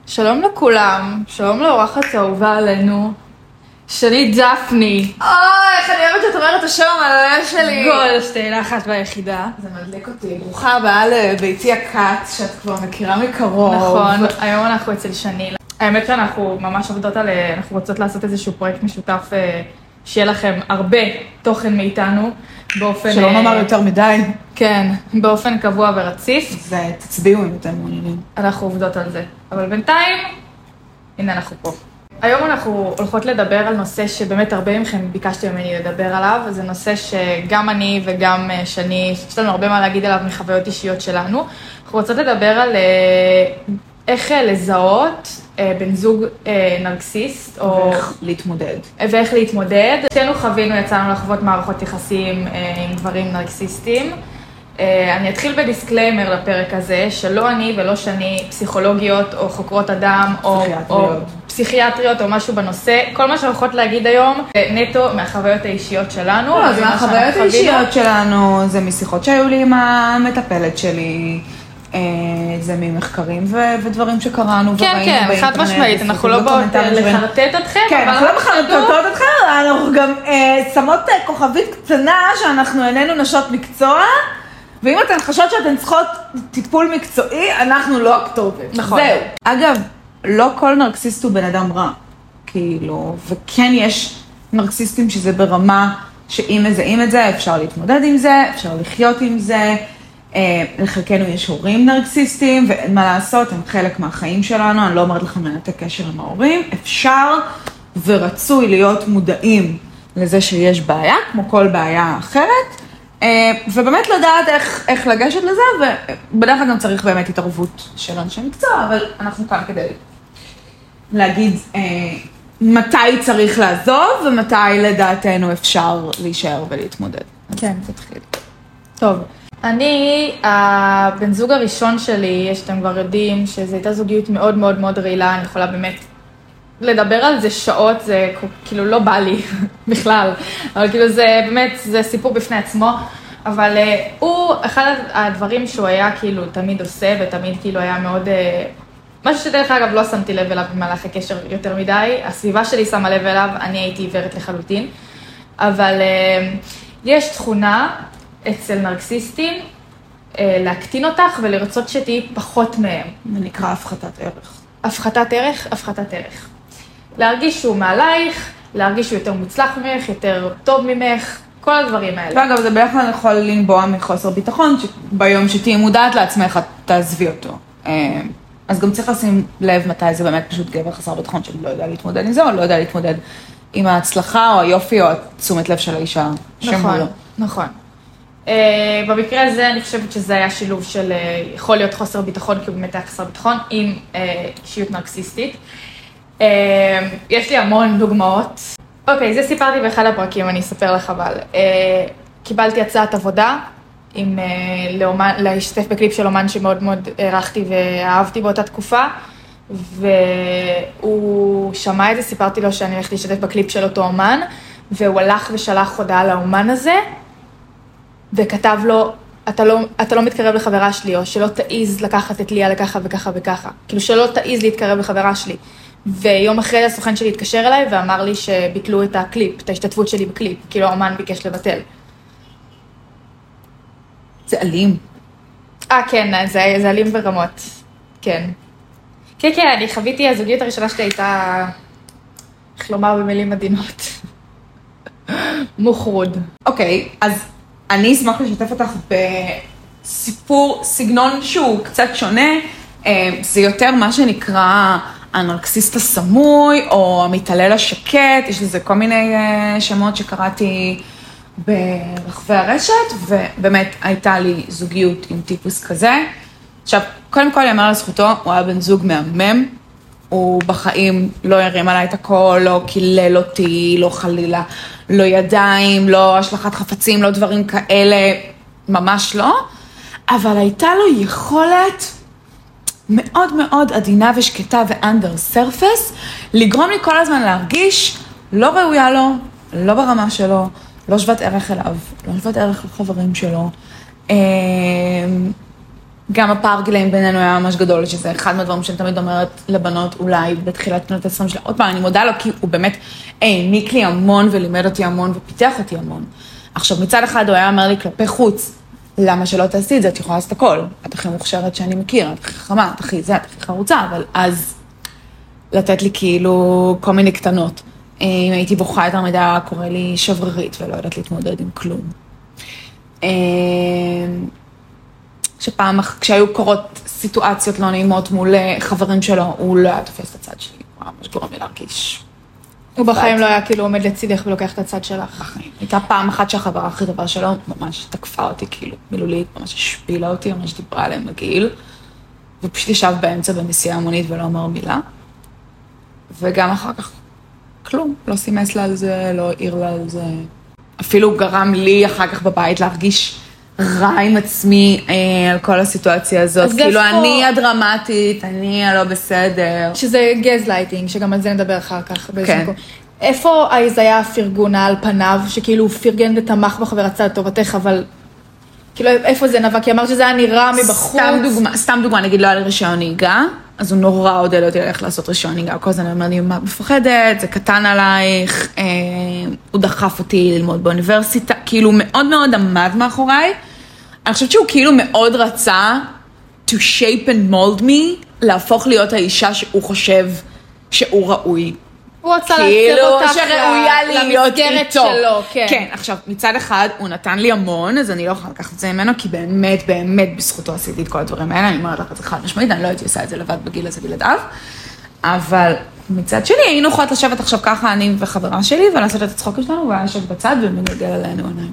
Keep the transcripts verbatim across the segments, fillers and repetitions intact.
שלום לכולם, שלום לאורחת האהובה עלינו, שני דפני. אוי, איך אני אוהבת שאת אומרת את השם המלא שלי. גולדשטיין, האחת והיחידה. זה מדליק אותי. ברוכה הבאה לביתי הכץ, שאת כבר מכירה מקרוב. נכון, היום אנחנו אצל שני. האמת שאנחנו ממש עובדות על, אנחנו רוצות לעשות איזשהו פרויקט משותף, שיהיה לכם הרבה תוכן מאיתנו, באופן... שלא נאמר יותר מדי. כן, באופן קבוע ורציף. זה, תצביעו אם אתם מעוניינים. אנחנו עובדות על זה. אבל בינתיים, הנה אנחנו פה. היום אנחנו הולכות לדבר על נושא שבאמת הרבה מכם ביקשתם ממני לדבר עליו, זה נושא שגם אני וגם שני, יש לנו הרבה מה להגיד עליו מחוויות אישיות שלנו. אנחנו רוצות לדבר על איך לזהות בן זוג נרקסיסט, או... ואיך להתמודד. ואיך להתמודד. שתינו חווינו, יצאנו לחוות מערכות יחסים עם גברים נרקסיסטים. אני אתחיל בדיסקליימר לפרק הזה, שלא אני ולא שני פסיכולוגיות או חוקרות אדם או, או פסיכיאטריות או משהו בנושא. כל מה שהולכות להגיד היום זה נטו מהחוויות האישיות שלנו. לא, זה מהחוויות האישיות שלנו, זה משיחות שהיו לי עם המטפלת שלי, זה ממחקרים ודברים שקראנו וראינו באינטרנט. כן, כן, חד משמעית, אנחנו לא באות לחרטט אתכם. כן, אנחנו לא מחרטטות אתכם, אנחנו גם שמות כוכבית קטנה שאנחנו איננו נשות מקצוע, ואם אתן חושבות שאתן צריכות טיפול מקצועי, אנחנו לא הכתובת. נכון. זהו. אגב, לא כל נרקסיסט הוא בן אדם רע, כאילו, וכן יש נרקסיסטים שזה ברמה שאם מזהים את זה, אפשר להתמודד עם זה, אפשר לחיות עם זה. לחלקנו יש הורים נרקסיסטים, ואין מה לעשות, הם חלק מהחיים שלנו, אני לא אומרת לכם לנתק קשר עם ההורים, אפשר ורצוי להיות מודעים לזה שיש בעיה, כמו כל בעיה אחרת, ובאמת לדעת איך, איך לגשת לזה, ובדרך כלל גם צריך באמת התערבות של אנשי מקצוע, אבל אנחנו כאן כדי להגיד מתי צריך לעזוב, ומתי לדעתנו אפשר להישאר ולהתמודד. כן. אז תתחיל. טוב. אני, הבן זוג הראשון שלי, שאתם כבר יודעים, שזו הייתה זוגיות מאוד מאוד מאוד רעילה, אני יכולה באמת לדבר על זה שעות, זה כאילו לא בא לי בכלל, אבל כאילו זה באמת, זה סיפור בפני עצמו, אבל הוא, אחד הדברים שהוא היה כאילו תמיד עושה, ותמיד כאילו היה מאוד, משהו שדרך אגב לא שמתי לב אליו במהלך הקשר יותר מדי, הסביבה שלי שמה לב אליו, אני הייתי עיוורת לחלוטין, אבל יש תכונה, אצל נרקסיסטים, להקטין אותך ולרצות שתהי פחות מהם. זה נקרא הפחתת ערך. הפחתת ערך, הפחתת ערך. להרגיש שהוא מעלייך, להרגיש שהוא יותר מוצלח ממך, יותר טוב ממך, כל הדברים האלה. ואגב, זה בערך כלל יכול לנבוע מחוסר ביטחון, ביום שתהי מודעת לעצמך, תעזבי אותו. אז גם צריך לשים לב מתי זה באמת פשוט גבר חסר ביטחון, שלא יודע להתמודד עם זה, או לא יודע להתמודד עם ההצלחה, או היופי, או התשומת לב של האישה. נכון, נכון. Uh, במקרה הזה אני חושבת שזה היה שילוב של uh, יכול להיות חוסר ביטחון, כי הוא באמת היה חסר ביטחון, עם uh, אישיות נרקסיסטית. Uh, יש לי המון דוגמאות. אוקיי, זה סיפרתי באחד הפרקים, אני אספר לך אבל. Uh, קיבלתי הצעת עבודה עם, uh, לאומן, להשתתף בקליפ של אומן שמאוד מאוד הערכתי ואהבתי באותה תקופה, והוא שמע את זה, סיפרתי לו שאני הולכת להשתתף בקליפ של אותו אומן, והוא הלך ושלח הודעה לאומן הזה, וכתב לו, אתה לא, אתה לא מתקרב לחברה שלי, או שלא תעיז לקחת את ליה לככה וככה וככה. כאילו שלא תעיז להתקרב לחברה שלי. ויום אחרי הסוכן שלי התקשר אליי ואמר לי שביטלו את הקליפ, את ההשתתפות שלי בקליפ, כאילו האומן ביקש לבטל. זה אלים. אה, כן, זה, זה אלים ברמות. כן. כן, כן, אני חוויתי, הזוגיות הראשונה שלי הייתה, איך לומר במילים עדינות, מוחרוד. אוקיי, אז אני אשמח לשתף אותך בסיפור, סגנון שהוא קצת שונה, זה יותר מה שנקרא הנרקסיסט הסמוי, או המתעלל השקט, יש לזה כל מיני שמות שקראתי ברחבי הרשת, ובאמת הייתה לי זוגיות עם טיפוס כזה. עכשיו, קודם כל יאמר לזכותו, הוא היה בן זוג מהמם, הוא בחיים לא ירים עליי את הכל, לא קילל אותי, לא חלילה, לא ידיים, לא השלכת חפצים, לא דברים כאלה, ממש לא. אבל הייתה לו יכולת מאוד מאוד עדינה ושקטה ואנדר סרפס, לגרום לי כל הזמן להרגיש לא ראויה לו, לא ברמה שלו, לא שוות ערך אליו, לא שוות ערך לחברים שלו. גם הפער גילאים בינינו היה ממש גדול, שזה אחד מהדברים שאני תמיד אומרת לבנות, אולי בתחילת שנות ה-עשרים שלה. עוד פעם, אני מודה לו, כי הוא באמת העניק לי המון ולימד אותי המון ופיתח אותי המון. עכשיו, מצד אחד הוא היה אומר לי כלפי חוץ, למה שלא תעשי את זה? את יכולה לעשות הכל. את הכי מוכשרת שאני מכיר, את הכי חכמה, את הכי זה, את הכי חרוצה, אבל אז לתת לי כאילו כל מיני קטנות. אם הייתי בוכה יותר מדי, קורא לי שברירית ולא יודעת להתמודד עם כלום. שפעם, כשהיו קורות סיטואציות לא נעימות מול חברים שלו, הוא לא היה תופס את הצד שלי, הוא היה ממש גורם לי להרגיש. הוא בחיים לא היה כאילו עומד לצידך ולוקח את הצד שלך. בחיים. הייתה פעם אחת שהחברה הכי טובה שלו ממש תקפה אותי, כאילו, מילולית, ממש השפילה אותי, ממש דיברה עליהם מגעיל, ופשוט ישב באמצע בנסיעה המונית ולא אמר מילה. וגם אחר כך, כלום, לא סימס לה על זה, לא העיר לה על זה. אפילו גרם לי אחר כך בבית להרגיש רע עם עצמי אה, על כל הסיטואציה הזאת. כאילו, פה... אני הדרמטית, אני הלא בסדר. שזה גזלייטינג, שגם על זה נדבר אחר כך. כן. איפה זה היה פרגונה על פניו, שכאילו הוא פרגן ותמך בחבר הצד טובתך, אבל כאילו איפה זה נבע? כי אמרת שזה היה נראה מבחוץ. סתם דוגמה, סתם דוגמה, נגיד לא היה לי רישיון נהיגה, אז הוא נורא עודד אותי ללכת לעשות רישיון נהיגה, כל הזמן אומר לי, מה מפחדת, זה קטן עלייך, אה, הוא דחף אותי ללמוד באוניברסיטה, כאילו מאוד מאוד עמד מאחוריי, אני חושבת שהוא כאילו מאוד רצה to shape and mold me, להפוך להיות האישה שהוא חושב שהוא ראוי. הוא רצה להצר אותך למסגרת שלו, כן. כן, עכשיו, מצד אחד, הוא נתן לי המון, אז אני לא יכולה לקחת את זה ממנו, כי באמת, באמת, בזכותו עשיתי את כל הדברים האלה, אני אומרת לך את זה חד משמעית, אני לא הייתי עושה את זה לבד בגיל הזה בלעדיו, אבל מצד שני, היינו יכולות לשבת עכשיו ככה, אני וחברה שלי, ולעשות את הצחוקים שלנו, והוא היה יושב בצד ומגלגל עלינו עיניים.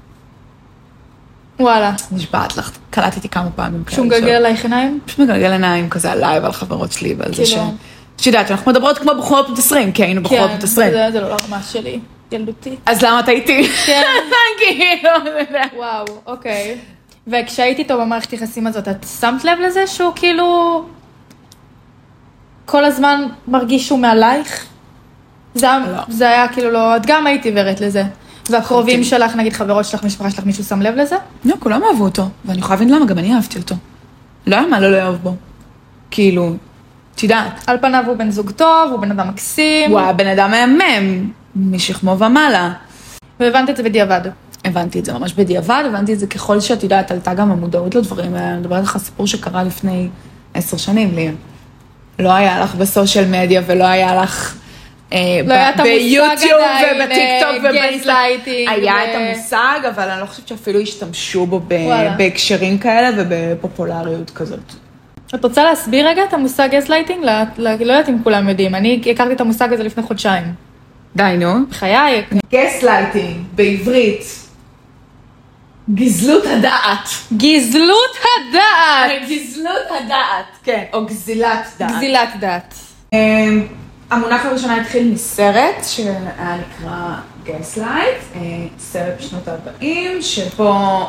וואלה. נשבעת לך, קלטתי כמה פעמים. שהוא מגלגל עלייך עיניים? פשוט מגלגל עיניים כזה עליי ועל חברות שלי ועל זה ש... שידעת, אנחנו מדברות כמו בחורות בת עשרים, כי היינו בחורות בת עשרים. כן, זה לא לרמה שלי, ילדותי. אז למה אתה איתי? כן. כאילו, וואו, אוקיי. וכשהייתי איתו במערכת יחסים הזאת, את שמת לב לזה שהוא כאילו כל הזמן מרגיש שהוא מעלייך? זה היה כאילו לא, את גם הייתי עיוורת לזה. והקרובים שלך, נגיד חברות שלך, משפחה שלך, מישהו שם לב לזה? לא, כולם אהבו אותו, ואני יכולה להבין למה, גם אני אהבתי אותו. לא היה מה לא לאהוב בו. כאילו, תדעת. על פניו הוא בן זוג טוב, הוא בן אדם מקסים. הוא היה בן אדם מהמם, משכמו ומעלה. והבנת את זה בדיעבד. הבנתי את זה ממש בדיעבד, הבנתי את זה ככל שאת יודעת, עלתה גם המודעות לדברים, אני מדברת לך סיפור שקרה לפני עשר שנים, לי. לא היה לך בסושיאל מדיה ולא היה לך לא היה את המושג עדיין, ובטיקטוק גזלייטינג. היה את המושג, אבל אני לא חושבת שאפילו השתמשו בו בהקשרים כאלה ובפופולריות כזאת. את רוצה להסביר רגע את המושג גזלייטינג? לא יודעת אם כולם יודעים, אני הכרתי את המושג הזה לפני חודשיים. די, נו. בחיי. גזלייטינג, בעברית. גזלות הדעת. גזלות הדעת. גזלות הדעת, כן. או גזילת דעת. גזילת דעת. המונח הראשונה התחיל מסרט שהיה נקרא גסלייט, סרט בשנות ה-ארבעים, שבו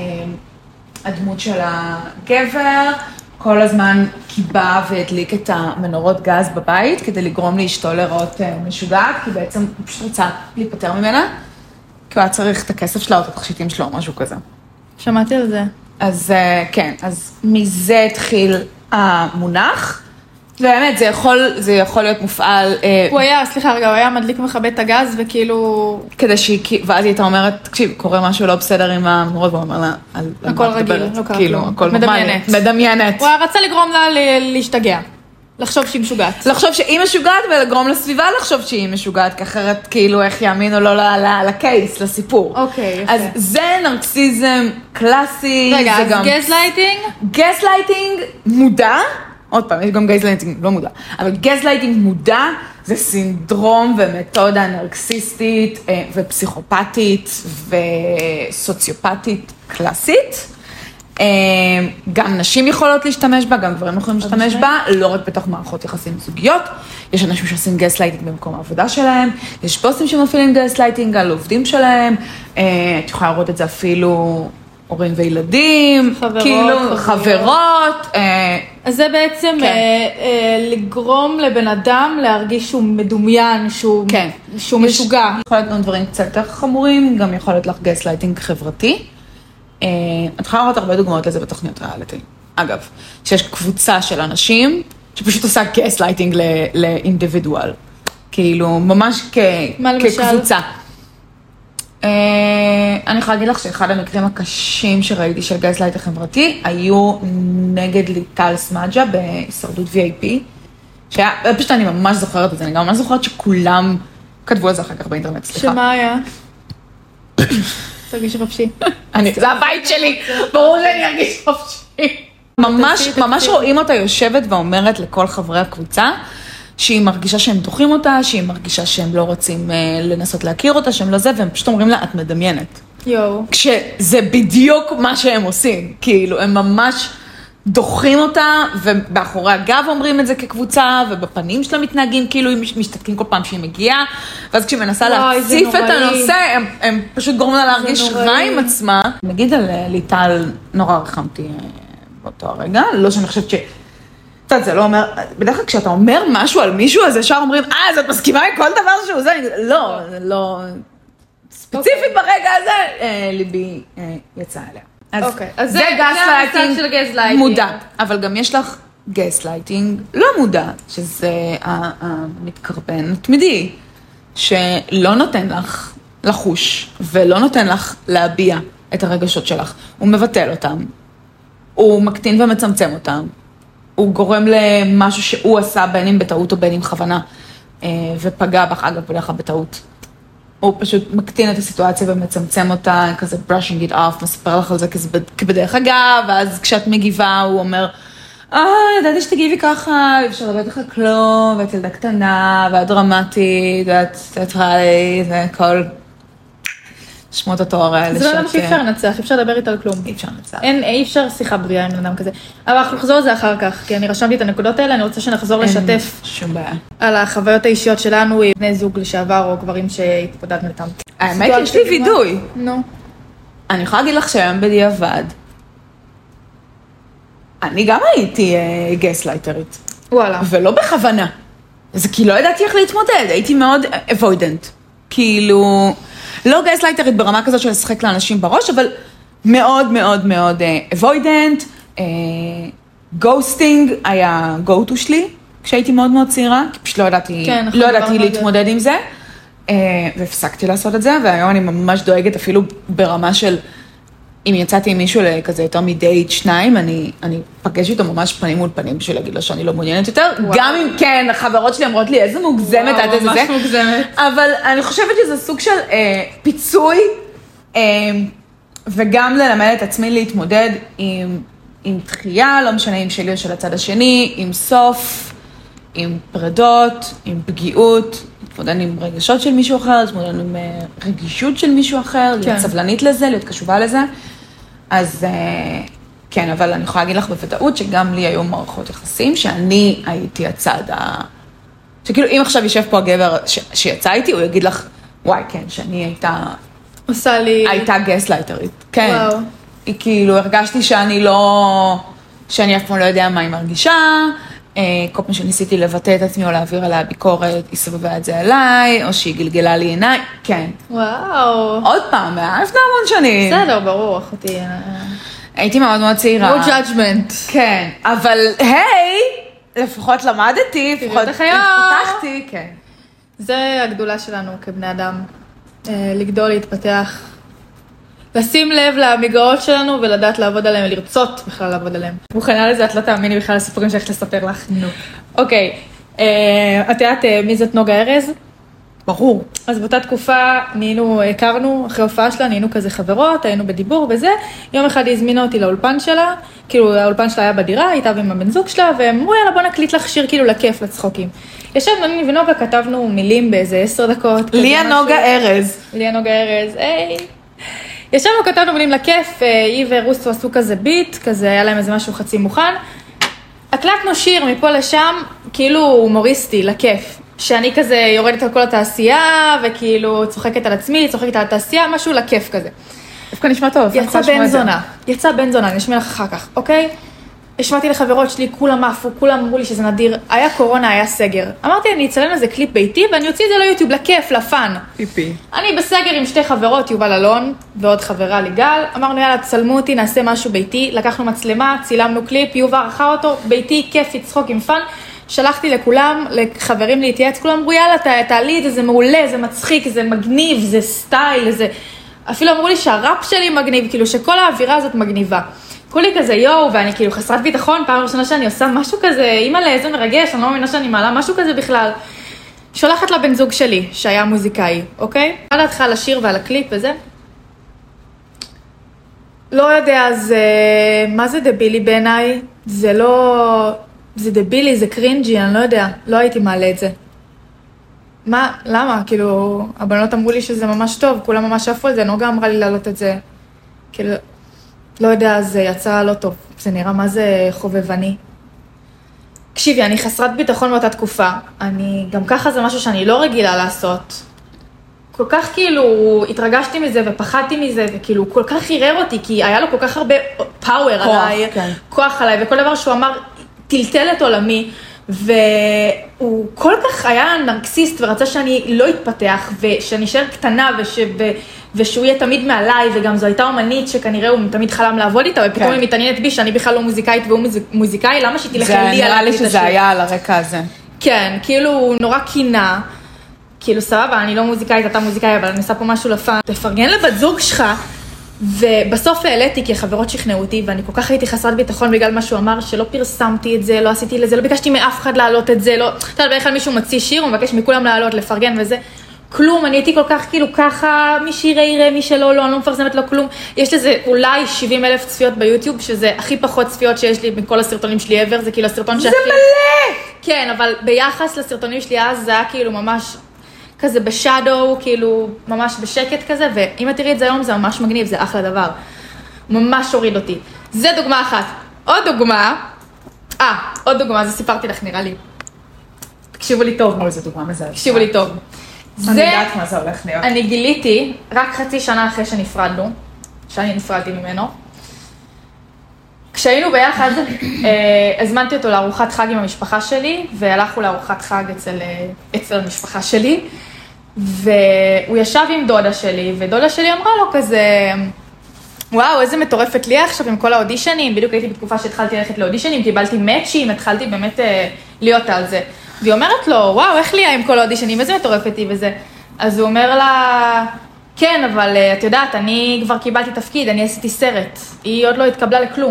הדמות של הגבר כל הזמן קיבה והדליק את המנורות גז בבית, כדי לגרום לאשתו לראות משוגעת, כי בעצם הוא פשוט רצה להיפטר ממנה, כי הוא היה צריך את הכסף שלה או את התכשיטים שלו או משהו כזה. שמעתי על זה. אז כן, אז מזה התחיל המונח, ובאמת, זה יכול, זה יכול להיות מופעל... הוא היה, סליחה רגע, הוא היה מדליק ומכבה את הגז וכאילו... כדי שהיא, ואז היא הייתה אומרת, תקשיב, קורה משהו לא בסדר עם המנורות, והוא אומר לה, הכל רגיל, לא קרה כאילו, כלום. הכל מדמיינת. מדמיינת. הוא היה רצה לגרום לה להשתגע, לחשוב שהיא משוגעת. לחשוב שהיא משוגעת ולגרום לסביבה לחשוב שהיא משוגעת, כי אחרת כאילו איך יאמינו לו לקייס, לסיפור. אוקיי, יפה. אז זה נרקסיזם קלאסי. רגע, אז גזלייטינג? גזלייטינג מודע. עוד פעם, יש גם גזלייטינג לא מודע, אבל גזלייטינג מודע זה סינדרום ומתודה נרקסיסטית ופסיכופתית וסוציופתית קלאסית. גם נשים יכולות להשתמש בה, גם גברים יכולים להשתמש בה, לא רק בתוך מערכות יחסים זוגיות. יש אנשים שעושים גזלייטינג במקום העבודה שלהם, יש בוסים שמפעילים גזלייטינג על עובדים שלהם, את יכולה לראות את זה אפילו... הורים וילדים, חברות, כאילו, חברות. אז זה בעצם כן. אה, אה, לגרום לבן אדם להרגיש שהוא מדומיין, שהוא, כן. שהוא יש, משוגע. יכול להיות גם דברים קצת יותר חמורים, גם יכול להיות לך גסלייטינג חברתי. אה, את יכולה לראות הרבה דוגמאות לזה בתוכניות ריאליטי. אגב, שיש קבוצה של אנשים שפשוט עושה גסלייטינג לאינדיבידואל. כאילו, ממש כקבוצה. אני יכולה להגיד לך שאחד המקרים הקשים שראיתי של גסלייטר חברתי, היו נגד ליטל סמאג'ה בהישרדות וי איי פי, שהיה, פשוט אני ממש זוכרת את זה, אני גם ממש זוכרת שכולם כתבו על זה אחר כך באינטרנט, סליחה. שמה היה? תרגיש חופשי. זה הבית שלי, ברור שאני ארגיש חופשי. ממש, ממש רואים אותה יושבת ואומרת לכל חברי הקבוצה, שהיא מרגישה שהם דוחים אותה, שהיא מרגישה שהם לא רוצים לנסות להכיר אותה, שהם לא זה, והם פשוט אומרים לה, את מדמיינת. יואו. כשזה בדיוק מה שהם עושים, כאילו, הם ממש דוחים אותה, ובאחורי הגב אומרים את זה כקבוצה, ובפנים שלה מתנהגים, כאילו, הם משתתקים כל פעם שהיא מגיעה, ואז כשהיא מנסה להציף את הנושא, הם, הם פשוט גורמים לה להרגיש רע עם עצמה. נגיד על ליטל, נורא רחמתי באותו הרגע, לא שאני חושבת ש... קצת, זה לא אומר, בדרך כלל כשאתה אומר משהו על מישהו, אז ישר אומרים, אה, אז את מסכימה עם כל דבר שהוא זה? לא, לא, ספציפית ברגע הזה, ליבי יצא אליה. אוקיי, אז זה גסלייטינג מודע, אבל גם יש לך גסלייטינג לא מודע, שזה המתקרבן התמידי, שלא נותן לך לחוש, ולא נותן לך להביע את הרגשות שלך. הוא מבטל אותם, הוא מקטין ומצמצם אותם, הוא גורם למשהו שהוא עשה בין אם בטעות או בין אם בכוונה, ופגע בך, אגב, בדרך כלל בטעות. הוא פשוט מקטין את הסיטואציה ומצמצם אותה, כזה brushing it off, מספר לך על זה כבדרך אגב, ואז כשאת מגיבה הוא אומר, אה, ידעתי שתגיבי ככה, אפשר לדבר לך כלום, ואת ילדה קטנה, ואת דרמטית, ואת תיאטרלית, וכל שמות התואר האלה. זה לא למה שאי אפשר לנצח, אי אפשר לדבר איתה על כלום. אי אפשר לנצח. אין, אי אפשר שיחה בריאה עם אדם כזה. אבל אנחנו נחזור על זה אחר כך, כי אני רשמתי את הנקודות האלה, אני רוצה שנחזור לשתף שום בעיה. על החוויות האישיות שלנו, עם בני זוג לשעבר או גברים שהתפודדנו איתם. האמת, יש לי וידוי. נו. אני יכולה להגיד לך שהיום בדיעבד, אני גם הייתי גסלייטרית. וואלה. ולא בכוונה. זה כי לא ידעתי איך להתמודד, הייתי מאוד אבוידנט. כאילו, לא גסלייטרית ברמה כזאת של לשחק לאנשים בראש, אבל מאוד מאוד מאוד אבוידנט. גוסטינג היה go-to שלי, כשהייתי מאוד מאוד צעירה, כי פשוט לא ידעתי, כן, לא ידעתי להתמודד עם זה. והפסקתי לעשות את זה, והיום אני ממש דואגת אפילו ברמה של, אם יצאתי עם מישהו לכזה יותר מדייט שניים, אני, אני פגש איתו ממש פנים מול פנים בשביל להגיד לו שאני לא מעוניינת יותר, וואו. גם אם כן, החברות שלי אמרות לי איזה מוגזמת עד איזה זה, מוגזמת. אבל אני חושבת שזה סוג של אה, פיצוי, אה, וגם ללמד את עצמי להתמודד עם, עם דחייה, לא משנה אם שלי או של הצד השני, עם סוף, עם פרדות, עם פגיעות, להתמודד עם רגשות של מישהו אחר, להתמודד עם רגישות של מישהו אחר, כן. להיות סבלנית לזה, להיות קשובה לזה. אז כן, אבל אני יכולה להגיד לך בוודאות שגם לי היו מערכות יחסים, שאני הייתי הצד ה... שכאילו אם עכשיו יושב פה הגבר ש... שיצא איתי, הוא יגיד לך, וואי, כן, שאני הייתה... עושה לי... הייתה גסלייטרית. כן. וואו. היא כאילו, הרגשתי שאני לא... שאני אף פעם לא יודע מה היא מרגישה, כל פעם שניסיתי לבטא את עצמי או להעביר עליה ביקורת, היא סבבה את זה עליי, או שהיא גלגלה לי עיניי, כן. וואו. עוד פעם, לפני המון שנים. בסדר, ברור, אחותי. הייתי מאוד מאוד צעירה. No judgment. כן, אבל היי, לפחות למדתי, לפחות התפתחתי, כן. זה הגדולה שלנו כבני אדם, לגדול, להתפתח, לשים לב למגרעות שלנו ולדעת לעבוד עליהם, ולרצות בכלל לעבוד עליהם. מוכנה לזה, את לא תאמיני בכלל לסיפורים שהולכת לספר לך. נו. אוקיי, את יודעת מי זאת נוגה ארז? ברור. אז באותה תקופה נהיינו, הכרנו, אחרי הופעה שלה, נהיינו כזה חברות, היינו בדיבור וזה. יום אחד היא הזמינה אותי לאולפן שלה, כאילו האולפן שלה היה בדירה, הייתה עם הבן זוג שלה, והם אמרו, יאללה, בוא נקליט לך שיר כאילו לכיף, לצחוקים. ישבנו, אני ונוגה כתבנו מילים באיזה עשר דקות. ליה נוגה ארז. ליה נוגה ארז, היי. ישבנו, כתבנו מילים לכיף, היא ורוסו עשו כזה ביט, כזה היה להם איזה משהו חצי מוכן. הקלטנו שיר מפה לשם, כאילו הומוריסטי, לכיף. שאני כזה יורדת על כל התעשייה, וכאילו צוחקת על עצמי, צוחקת על התעשייה, משהו לכיף כזה. דווקא נשמע טוב. יצא בן זונה, יצא בן זונה, נשמע לך אחר כך, אוקיי? השמעתי לחברות שלי, כולם עפו, כולם אמרו לי שזה נדיר, היה קורונה, היה סגר. אמרתי, אני אצלם לזה קליפ ביתי, ואני אוציא את זה ליוטיוב, לכיף, לפן. פיפי. אני בסגר עם שתי חברות, יובל אלון, ועוד חברה ליגל, אמרנו, יאללה, תצלמו אותי, נעשה משהו ביתי, לקחנו מצלמה, צילמנו קליפ, יובל ערכה אותו, ביתי, כיפי, צחוק עם פן, שלחתי לכולם, לחברים להתייעץ, כולם אמרו, יאללה, תעלי את זה, זה מעולה, זה מצחיק, זה מגניב, זה סטייל, זה... אפילו אמרו לי שהראפ שלי מגניב, כאילו שכל האווירה הזאת מגניבה. כולי כזה יואו, ואני כאילו חסרת ביטחון, פעם ראשונה שאני עושה משהו כזה, אימא לאיזה מרגש, אני לא מאמינה שאני מעלה משהו כזה בכלל. שולחת לבן זוג שלי, שהיה מוזיקאי, אוקיי? מה דעתך על השיר ועל הקליפ וזה? לא יודע, זה... מה זה דבילי בעיניי? זה לא... זה דבילי, זה קרינג'י, אני לא יודע. לא הייתי מעלה את זה. מה? למה? כאילו, הבנות אמרו לי שזה ממש טוב, כולם ממש עפו על זה, נוגה אמרה לי להעלות את זה. כאילו... לא יודע, זה יצא לא טוב, זה נראה מה זה חובבני. תקשיבי, אני חסרת ביטחון באותה תקופה, אני, גם ככה זה משהו שאני לא רגילה לעשות. כל כך כאילו התרגשתי מזה ופחדתי מזה, וכאילו כל כך חירר אותי, כי היה לו כל כך הרבה פאוור עליי, כן. כוח עליי, וכל דבר שהוא אמר, טלטל את עולמי, והוא כל כך היה נרקסיסט ורצה שאני לא אתפתח, ושאני אשאר קטנה, וש... ושהוא יהיה תמיד מעליי, וגם זו הייתה אומנית שכנראה הוא תמיד חלם לעבוד איתה, ופתאום היא מתעניינת בי שאני בכלל לא מוזיקאית והוא מוזיקאי, למה שהיא תלך לי על... זה נראה לי שזה היה על הרקע הזה. כן, כאילו הוא נורא קינה, כאילו סבבה, אני לא מוזיקאית, אתה מוזיקאי, אבל אני עושה פה משהו לפן. תפרגן לבת זוג שלך, ובסוף העליתי כי החברות שכנעו אותי, ואני כל כך הייתי חסרת ביטחון בגלל מה שהוא אמר, שלא פרסמתי את זה, לא עשיתי לזה, לא ביקשתי מאף אחד להעלות את זה, לא... אתה יודע, בכלל מישהו מציא שיר, הוא מבקש מכולם להעלות, לפרגן וזה. כלום, אני הייתי כל כך כאילו ככה, מי שיראה יראה, מי שלא, לא, אני לא מפרסמת לו כלום. יש לזה אולי שבעים אלף צפיות ביוטיוב, שזה הכי פחות צפיות שיש לי מכל הסרטונים שלי ever, זה כאילו הסרטון שהכי... זה מלא! כן, אבל ביחס לסרטונים שלי אז זה היה כאילו ממש כזה בשאדו, כאילו ממש בשקט כזה, ואם את תראי את זה היום זה ממש מגניב, זה אחלה דבר. ממש הוריד אותי. זה דוגמה אחת. עוד דוגמה, אה, עוד דוגמה, זה סיפרתי לך נראה לי. תקשיבו לי טוב. אוי, זו דוגמה מזעזעת. תקשיבו לי טוב. אני יודעת מה זה הולך להיות. אני גיליתי רק חצי שנה אחרי שנפרדנו, שאני נפרדתי ממנו. כשהיינו ביחד, הזמנתי אותו לארוחת חג עם המשפחה שלי, והלכנו לארוחת חג אצל, אצל המשפחה שלי, והוא ישב עם דודה שלי, ודודה שלי אמרה לו כזה, וואו, איזה מטורפת לי עכשיו עם כל האודישנים, בדיוק הייתי בתקופה שהתחלתי ללכת לאודישנים, קיבלתי מאצ'ים, התחלתי באמת להיות על זה. והיא אומרת לו, וואו, איך לי עם כל האודישנים, איזה מטורפת היא וזה. אז הוא אומר לה, כן, אבל את יודעת, אני כבר קיבלתי תפקיד, אני עשיתי סרט. היא עוד לא התקבלה לכלום.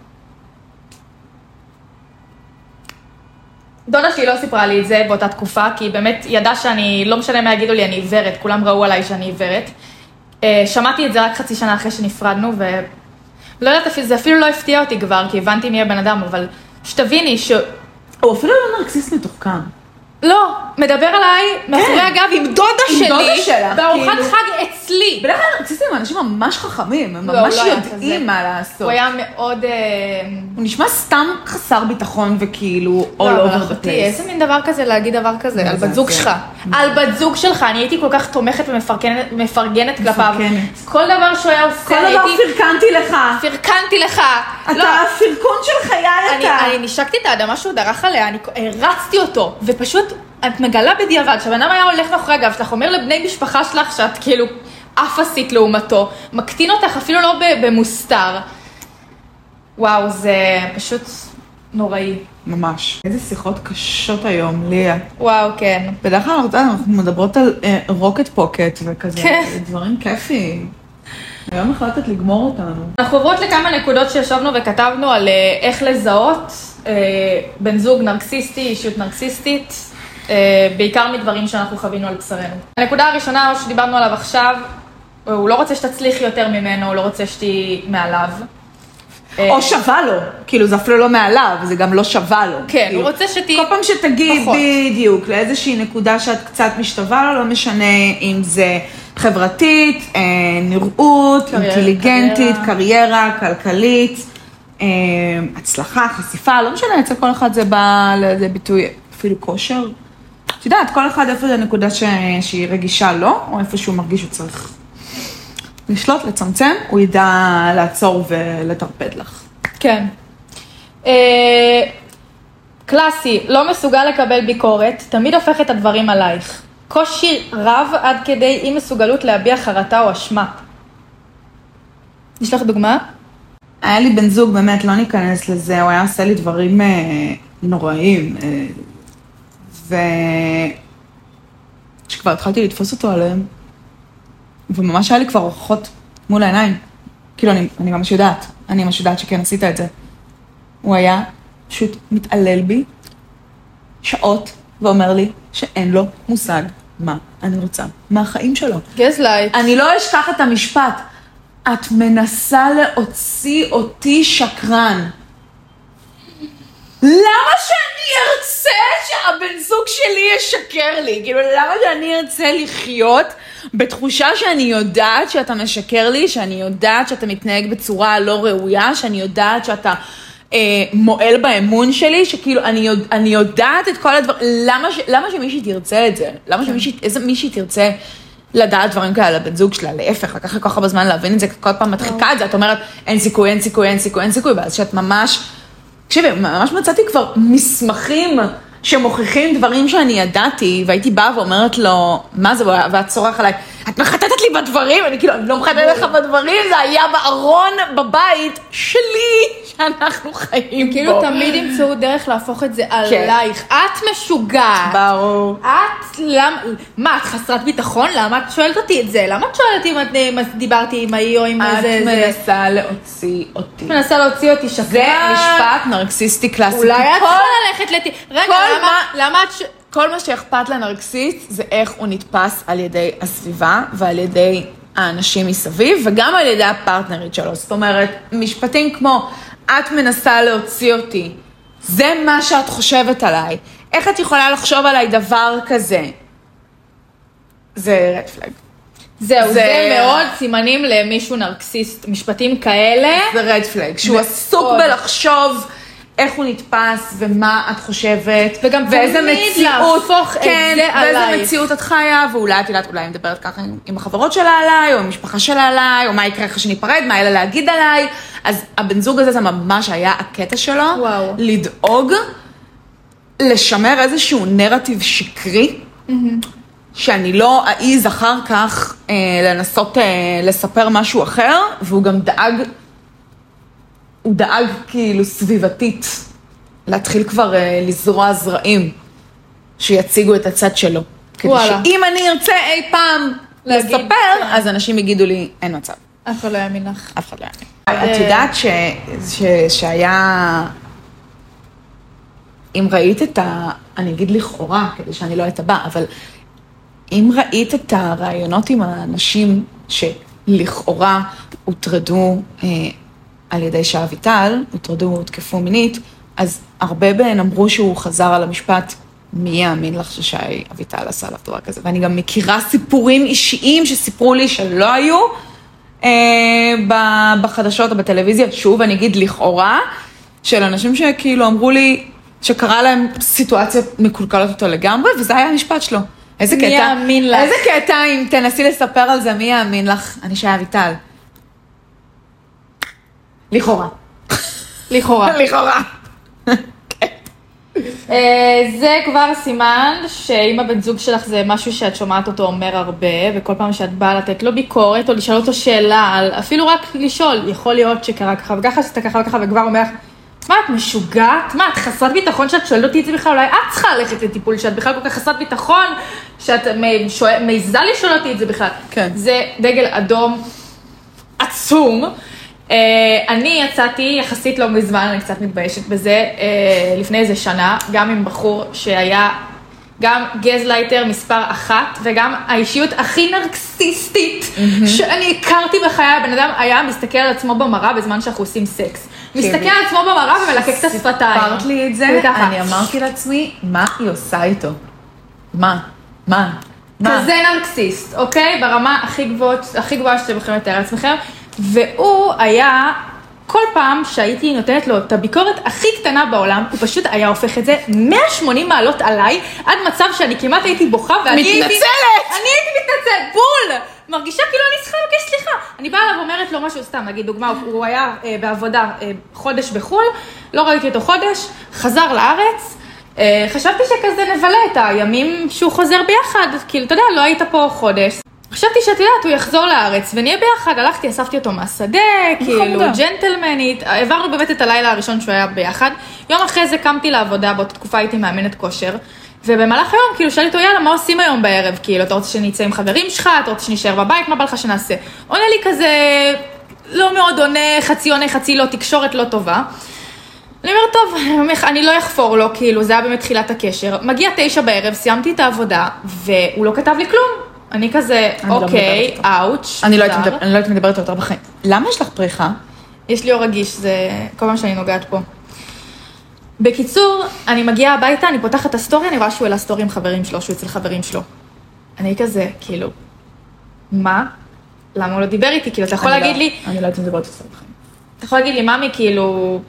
דודה שלי לא סיפרה לי את זה באותה תקופה, כי היא באמת ידעה שאני, לא משנה מה יגידו לי, אני עיוורת, כולם ראו עליי שאני עיוורת. שמעתי את זה רק חצי שנה אחרי שנפרדנו, ולא יודעת, זה אפילו לא הפתיע אותי כבר, כי הבנתי מי הבן אדם, אבל שתביני ש... הוא אפילו לא נרקסיסט מתוחכם. לא, מדבר עליי מאחורי הגב עם דודה שלי, בארוחת חג אצלי. בדרך כלל נרקסיסטים הם אנשים ממש חכמים, הם ממש יודעים מה לעשות. הוא היה מאוד... הוא נשמע סתם חסר ביטחון וכאילו all over the place. איזה מין דבר כזה להגיד דבר כזה, על בת זוג שלך. על בת זוג שלך, אני הייתי כל כך תומכת ומפרגנת כלפיו. כל דבר שהוא היה עושה, כל דבר פרקנתי לך. פרקנתי לך. אתה הפרקון של חיי אתה. אני נשקתי את האדמה שהוא דרך עליה, אני הרצתי אותו, ופשוט את מגלה בדיעבד, שהבן אדם היה הולך מאחורי הגב שלך, אומר לבני משפחה שלך שאת כאילו אף עשית לעומתו, מקטין אותך אפילו לא במוסתר. וואו, זה פשוט נוראי. ממש. איזה שיחות קשות היום, ליה. וואו, כן. בדרך כלל אנחנו מדברות על רוקט פוקט וכזה, דברים כיפיים. היום החלטת לגמור אותנו. אנחנו עוברות לכמה נקודות שישבנו וכתבנו על איך לזהות בן זוג נרקסיסטי, אישיות נרקסיסטית, בעיקר מדברים שאנחנו חווינו על בשרנו. הנקודה הראשונה שדיברנו עליו עכשיו, הוא לא רוצה שתצליחי יותר ממנו, הוא לא רוצה שתהיי מעליו. או שווה לו, כאילו זה אפילו לא מעליו, זה גם לא שווה לו. כן, הוא רוצה שתהיי כל פעם שתגיד בדיוק לאיזושהי נקודה שאת קצת משתווה לו, לא משנה אם זה חברתית, נראות, אינטליגנטית, קריירה, כלכלית, הצלחה, חשיפה, לא משנה, אצל כל אחד זה בא לביטוי אפילו כושר. את יודעת, כל אחד איפה זה נקודה שהיא רגישה לו, או איפה שהוא מרגיש שהוא צריך לשלוט, לצמצם, הוא ידע לעצור ולטרפד לך. כן. אה, קלאסי, לא מסוגל לקבל ביקורת, תמיד הופך את הדברים עלייך. קושי רב עד כדי אי מסוגלות להביע חרטה או אשמה. יש לך דוגמה? היה לי בן זוג, באמת, לא ניכנס לזה, הוא היה עושה לי דברים אה, נוראים, אה, ו... שכבר התחלתי לתפוס אותו עליהם, וממש היה לי כבר הוכחות מול העיניים. כאילו, אני, אני ממש יודעת, אני ממש יודעת שכן עשית את זה. הוא היה פשוט מתעלל בי שעות, ואומר לי שאין לו מושג מה אני רוצה מהחיים שלו. גזלייט. אני לא אשכח את המשפט. את מנסה להוציא אותי שקרן. למה שאני ארצה שהבן זוג שלי ישקר לי? כאילו, למה שאני ארצה לחיות בתחושה שאני יודעת שאתה משקר לי, שאני יודעת שאתה מתנהג בצורה לא ראויה, שאני יודעת שאתה אה, מועל באמון שלי, שכאילו אני, יודע, אני יודעת את כל הדברים, למה, ש, למה שמישהי תרצה את זה? למה שמישהי, איזה מישהי תרצה לדעת דברים כאלה לבן זוג שלה? להפך, לקח לי כל כך הרבה זמן להבין את זה, כל פעם מתחיקה את זה, את אומרת, אין סיכוי, אין סיכוי, אין סיכוי, אין סיכוי, ואז שאת ממש, תקשיבי, ממש מצאתי כבר מסמכים שמוכיחים דברים שאני ידעתי, והייתי באה ואומרת לו, מה זה, ואת צורח עליי, את מחטטת לי בדברים, אני כאילו, אני לא מחטטת לך בדברים, זה היה בארון בבית שלי, שאנחנו חיים בו. כאילו תמיד ימצאו דרך להפוך את זה עלייך. את משוגעת. ברור. את, למה, מה, את חסרת ביטחון? למה את שואלת אותי את זה? למה את שואלת אם את דיברתי עם האי או עם איזה... את מנסה להוציא אותי. את מנסה להוציא אותי שקרן. זה משפט נרקסיסטי קלאסי. אולי את צריכה ללכת לת... רגע, למה את... כל מה שאכפת לנרקסיסט זה איך הוא נתפס על ידי הסביבה ועל ידי האנשים מסביב וגם על ידי הפרטנרית שלו. זאת אומרת, משפטים כמו, את מנסה להוציא אותי, זה מה שאת חושבת עליי. איך את יכולה לחשוב עליי דבר כזה? זה רד פלג. זהו, זה... זה מאוד סימנים למישהו נרקסיסט, משפטים כאלה. זה רד פלג, שהוא עסוק בלחשוב איך הוא נתפס ומה את חושבת, וגם ואיזה מציאות, כן, ואיזה מציאות את חיה, ואולי את יודעת, אולי היא מדברת ככה עם החברות שלה עליי, או עם המשפחה שלה עליי, או מה יקרה אחרי שניפרד, מה יהיה לה להגיד עליי. אז הבן זוג הזה זה ממש היה הקטע שלו, וואו. לדאוג, לשמר איזשהו נרטיב שקרי, mm-hmm. שאני לא אעיז אחר כך אה, לנסות אה, לספר משהו אחר, והוא גם דאג, הוא דאג כאילו סביבתית, להתחיל כבר אה, לזרוע זרעים, שיציגו את הצד שלו. וואלה. כדי שאם אני ארצה אי פעם להגיד, לספר, כן. אז אנשים יגידו לי, אין מצב. אף אחד לא יאמין לך. אף אחד לא יאמין. את יודעת ש, ש, שהיה, אם ראית את ה... אני אגיד לכאורה, כדי שאני לא אתבע, אבל אם ראית את הרעיונות עם האנשים שלכאורה הוטרדו אה, על ידי שעה ויטל, הוטרדו, הותקפו מינית, אז הרבה בהן אמרו שהוא חזר על המשפט, מי יאמין לך ששי אביטל עשה עליו דבר כזה? ואני גם מכירה סיפורים אישיים שסיפרו לי שלא היו אה, בחדשות או בטלוויזיה, שוב אני אגיד לכאורה, של אנשים שכאילו אמרו לי, שקרה להם סיטואציה מקולקלת אותו לגמרי, וזה היה המשפט שלו. איזה מי קטע, יאמין לך? איזה קטע אם תנסי לספר על זה, מי יאמין לך? אני שי אביטל. לכאורה. לכאורה. לכאורה. זה כבר סימן שאם הבן זוג שלך זה משהו שאת שומעת אותו אומר הרבה, וכל פעם שאת באה לתת לו ביקורת או לשאול אותו שאלה, על, אפילו רק לשאול, יכול להיות שקרה ככה וככה, שאתה ככה וככה, וכבר אומר לך, מה, את משוגעת? מה, את חסרת ביטחון שאת שואלת אותי את זה בכלל? אולי את צריכה ללכת לטיפול שאת בכלל כל כך חסרת ביטחון, שאת מעיזה לשאול אותי את זה בכלל. כן. זה דגל אדום עצום. Uh, אני יצאתי יחסית לא מזמן, אני קצת מתביישת בזה, uh, לפני איזה שנה, גם עם בחור שהיה גם גזלייטר מספר אחת, וגם האישיות הכי נרקסיסטית mm-hmm. שאני הכרתי בחיי. הבן אדם היה מסתכל על עצמו במראה בזמן שאנחנו עושים סקס. מסתכל על עצמו במראה ומלקק את השפתיים. סיפרת לי את זה, אני אמרתי לעצמי, מה היא עושה איתו? מה? מה? מה? כזה נרקסיסט, אוקיי? ברמה הכי גבוהה, הכי גבוהה שאתם יכולים לתאר לעצמכם. והוא היה, כל פעם שהייתי נותנת לו את הביקורת הכי קטנה בעולם, הוא פשוט היה הופך את זה מאה ושמונים מעלות עליי, עד מצב שאני כמעט הייתי בוכה, ואני מתנצלת! הייתי, אני הייתי מתנצלת, בול! מרגישה כאילו אני צריכה לבקש סליחה. אני באה אליו ואומרת לו משהו סתם, נגיד דוגמה, הוא היה אה, בעבודה אה, חודש בחול, לא ראיתי אותו חודש, חזר לארץ, אה, חשבתי שכזה נבלה את הימים שהוא חוזר ביחד, כאילו, אתה יודע, לא היית פה חודש. חשבתי שאת יודעת, הוא יחזור לארץ, ונהיה ביחד, הלכתי, אספתי אותו מהשדה, כאילו, ג'נטלמנית, העברנו באמת את הלילה הראשון שהוא היה ביחד. יום אחרי זה קמתי לעבודה, באותה תקופה הייתי מאמנת כושר, ובמהלך היום, כאילו, שאלתי אותו, יאללה, מה עושים היום בערב? כאילו, אתה רוצה שנצא עם חברים שלך, אתה רוצה שנשאר בבית, מה בא לך שנעשה? עונה לי כזה, לא מאוד עונה, חצי עונה, חצי לא, תקשורת לא טובה. אני אומרת, טוב, אני לא אחפור לו, כאילו, זה היה באמת תחילת הקשר. מגיע תשע בערב, סיימתי את העבודה, והוא לא כתב לי כלום. אני כזה, אוקיי, אאוץ'. אני לא הייתי מדברת יותר בחיים. למה יש לך פריחה? יש לי אור רגיש, זה כל מה שאני נוגעת פה. בקיצור, אני מגיעה הביתה, אני פותחת את הסטורי, אני רואה שהוא אלה סטורי עם חברים שלו, שהוא אצל חברים שלו. אני כזה, כאילו, מה? למה הוא לא דיבר איתי? כאילו, אתה יכול להגיד לי... אני לא הייתי מדברת יותר בחיים. אתה יכול להגיד לי, ממי, כאילו...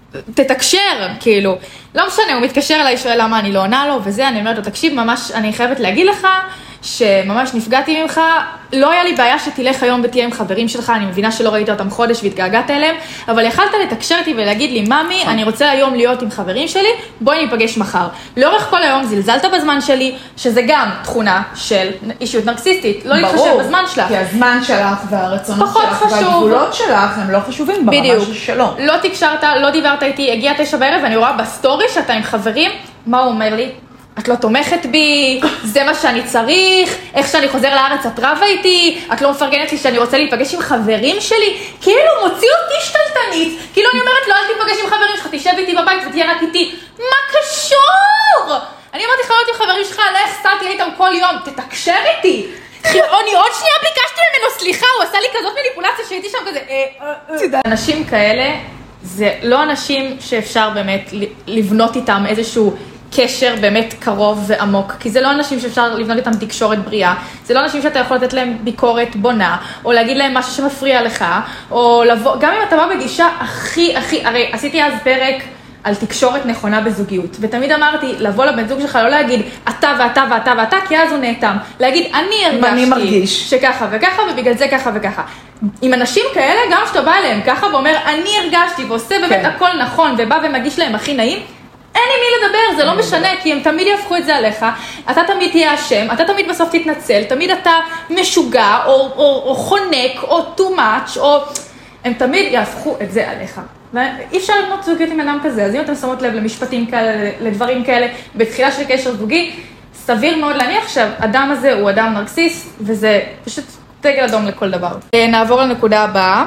תתקשר, כאילו. לא משנה, הוא מתקשר אליי, שואל למה אני לא עונה לו, וזה, אני אומרת לו, תקשיב, ממש, אני חייבת להגיד לך, שממש נפגעתי ממך, לא היה לי בעיה שתלך היום ותהיה עם חברים שלך, אני מבינה שלא ראית אותם חודש והתגעגעת אליהם, אבל יכלת לתקשר איתי ולהגיד לי, ממי, אני רוצה היום להיות עם חברים שלי, בואי ניפגש מחר. לאורך כל היום זלזלת בזמן שלי, שזה גם תכונה של אישיות נרקסיסטית, לא להתחשב בזמן שלך. כי הזמן שלך והרצונות שלך והגבולות שלך הם לא חשובים ברמה שלו. לא תקשרת, לא דיברת איתי, הגיע תשע בערב ואני רואה בסטורי שאתה עם חברים, מה הוא אומר לי? את לא תומכת בי, זה מה שאני צריך, איך שאני חוזר לארץ את רבה איתי, את לא מפרגנת לי שאני רוצה להיפגש עם חברים שלי, כאילו מוציא אותי שתלטנית, כאילו אני אומרת לו, אל תיפגש עם חברים שלך, תשב איתי בבית ותהיה רק איתי, מה קשור? אני אמרתי לך, לא הייתי עם חברים שלך, לך, סעתי איתם כל יום, תתקשר איתי. אני עוד שנייה ביקשתי ממנו סליחה, הוא עשה לי כזאת מניפולציה שהייתי שם כזה, אנשים כאלה, זה לא אנשים שאפשר באמת לבנות איתם איזשהו קשר באמת קרוב ועמוק, כי זה לא אנשים שאפשר לבנות איתם תקשורת בריאה, זה לא אנשים שאתה יכול לתת להם ביקורת בונה, או להגיד להם משהו שמפריע לך, או לבוא, גם אם אתה בא בגישה הכי, הכי, הרי עשיתי אז פרק על תקשורת נכונה בזוגיות, ותמיד אמרתי, לבוא לבן זוג שלך, לא להגיד, אתה ואתה ואתה ואתה, כי אז הוא נאטם, להגיד, אני הרגשתי, אני מרגיש, שככה וככה, ובגלל זה ככה וככה. עם אנשים כאלה, גם שאתה בא אליהם ככה, ואומר, אני הרגשתי, ועושה באמת כן. הכל נכון, ובא ומגיש להם הכי נעים, אין עם מי לדבר, זה לא משנה, כי הם תמיד יהפכו את זה עליך, אתה תמיד תהיה אשם, אתה תמיד בסוף תתנצל, תמיד אתה משוגע, או, או, או חונק, או too much, או... הם תמיד יהפכו את זה עליך. ואי אפשר לבנות זוגיות עם אדם כזה, אז אם אתם שמות לב למשפטים כאלה, לדברים כאלה, בתחילה של קשר זוגי, סביר מאוד להניח שהאדם הזה הוא אדם נרקסיסט, וזה פשוט דגל אדום לכל דבר. נעבור לנקודה הבאה.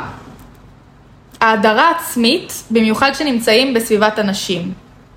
ההדרה עצמית, במיוחד שנמצאים בסביבת אנשים.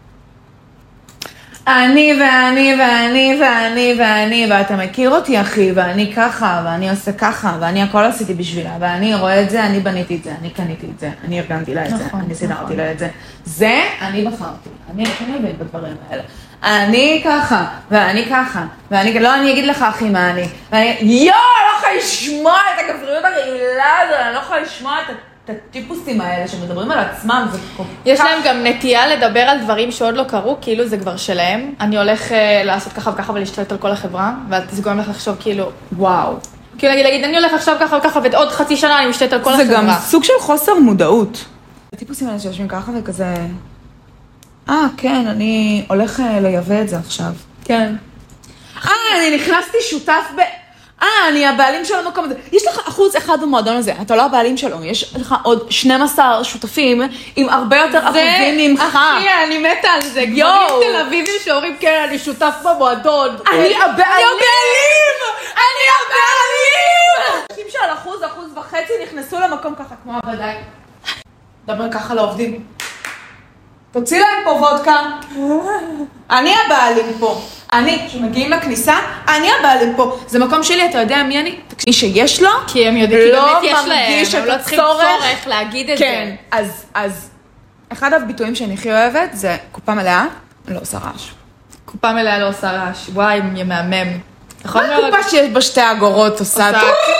אני ואני ואני ואני ואני, ואתה מכיר אותי אחי, ואני ככה, ואני עושה ככה, ואני הכל עשיתי בשבילה, ואני רואה את זה, אני בניתי את זה, אני קניתי את זה, אני ארגנתי לה את זה, אני סידרתי לה את זה. זה אני בחרתי, אני אבין בדברים האלה. אני ככה, ואני ככה, ואני, לא אני אגיד לך אחי מה אני, ואני, יואו, אני לא יכולה לשמוע את הגבריות הרעילה הזאת, אני לא יכולה לשמוע את את הטיפוסים האלה שמדברים על עצמם, זה כל כך... יש להם גם נטייה לדבר על דברים שעוד לא קרו, כאילו זה כבר שלהם. אני הולך uh, לעשות ככה וככה ולהשתלט על כל החברה, וזה גורם לך לחשוב כאילו, וואו. כאילו להגיד, להגיד, אני הולך עכשיו ככה וככה, ועוד חצי שנה אני משתלט על כל זה החברה. זה גם סוג של חוסר מודעות. הטיפוסים האלה שיושבים ככה וכזה, אה, כן, אני הולך לייבא את זה עכשיו. כן. אה, אני נכנסתי שותף ב... אה, אני הבעלים של המקום הזה. יש לך אחוז אחד במועדון הזה, אתה לא הבעלים שלו, יש לך עוד שנים עשר שותפים עם הרבה יותר אחוזים ממך. אחי, אני מתה על זה. גברים תל אביבים שאומרים, כן, אני שותף במועדון. אני הבעלים! אני הבעלים! אנשים שעל אחוז, אחוז וחצי נכנסו למקום ככה, כמו הבדאי. דבר ככה לעובדים. תוציא להם פה וודקה. אני הבעלים פה. אני, כשמגיעים לכניסה, אני הבעלים פה. זה מקום שלי, אתה יודע מי אני? תקשיבי שיש לו, כי הם יודעים, כי באמת יש להם, הם לא צריכים צורך להגיד את זה. כן, אז, אז, אחד הביטויים שאני הכי אוהבת זה קופה מלאה, לא עושה רעש. קופה מלאה לא עושה רעש, וואי, מהמם. מה קופה שיש בה שתי אגורות עושה?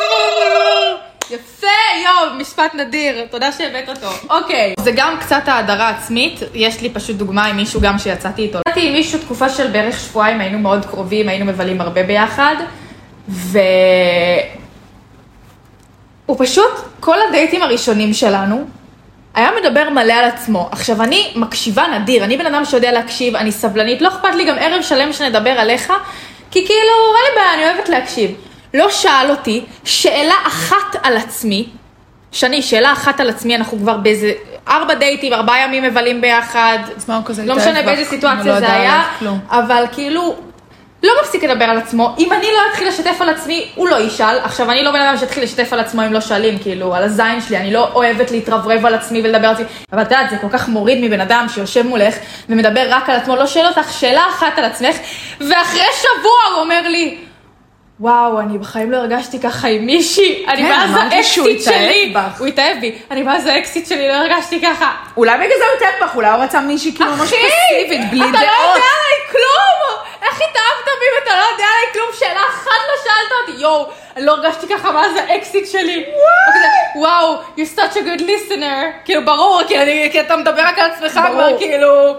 יפה, יואו, משפט נדיר, תודה שהבאת אותו. אוקיי, זה גם קצת ההדרה עצמית, יש לי פשוט דוגמה עם מישהו גם שיצאתי איתו. יצאתי עם מישהו תקופה של בערך שבועיים, היינו מאוד קרובים, היינו מבלים הרבה ביחד, והוא הוא פשוט, כל הדייטים הראשונים שלנו, היה מדבר מלא על עצמו. עכשיו, אני מקשיבה נדיר, אני בן אדם שיודע להקשיב, אני סבלנית, לא אכפת לי גם ערב שלם שנדבר עליך, כי כאילו, אין לי בעיה, אני אוהבת להקשיב. לא שאל אותי שאלה אחת על עצמי, שני, שאלה אחת על עצמי, אנחנו כבר באיזה ארבע דייטים, ארבעה ימים מבלים ביחד, לא משנה באיזה סיטואציה זה היה, אבל כאילו, לא מפסיק לדבר על עצמו. אם אני לא אתחיל לשתף על עצמי, הוא לא ישאל. עכשיו, אני לא בן אדם שתחיל לשתף על עצמו אם לא שואלים, כאילו, על הזין שלי. אני לא אוהבת להתרברב על עצמי ולדבר על עצמי. אבל את יודעת, זה כל כך מוריד מבן אדם שיושב מולך ומדבר רק על עצמו. לא שואל אותך שאלה אחת על עצמך, ואחרי שבוע הוא אומר לי, וואו, אני בחיים לא הרגשתי ככה עם מישהי. אני מאז האקסיט שלי. הוא התאהב בי. אני מאז האקסיט שלי לא הרגשתי ככה. אולי בגלל זה הוא התאהב בך, אולי הוא רצה מישהי כאילו ממש פסיבית, בלי דעות. אתה לא יודע עליי כלום. איך התאהבת בי ואתה לא יודע עליי כלום? שאלה אחת לא שאלת אותי. יואו, אני לא הרגשתי ככה מאז האקסיט שלי. וואו, you're such a good listener. כאילו, ברור, כי אתה מדבר רק על עצמך כבר, כאילו.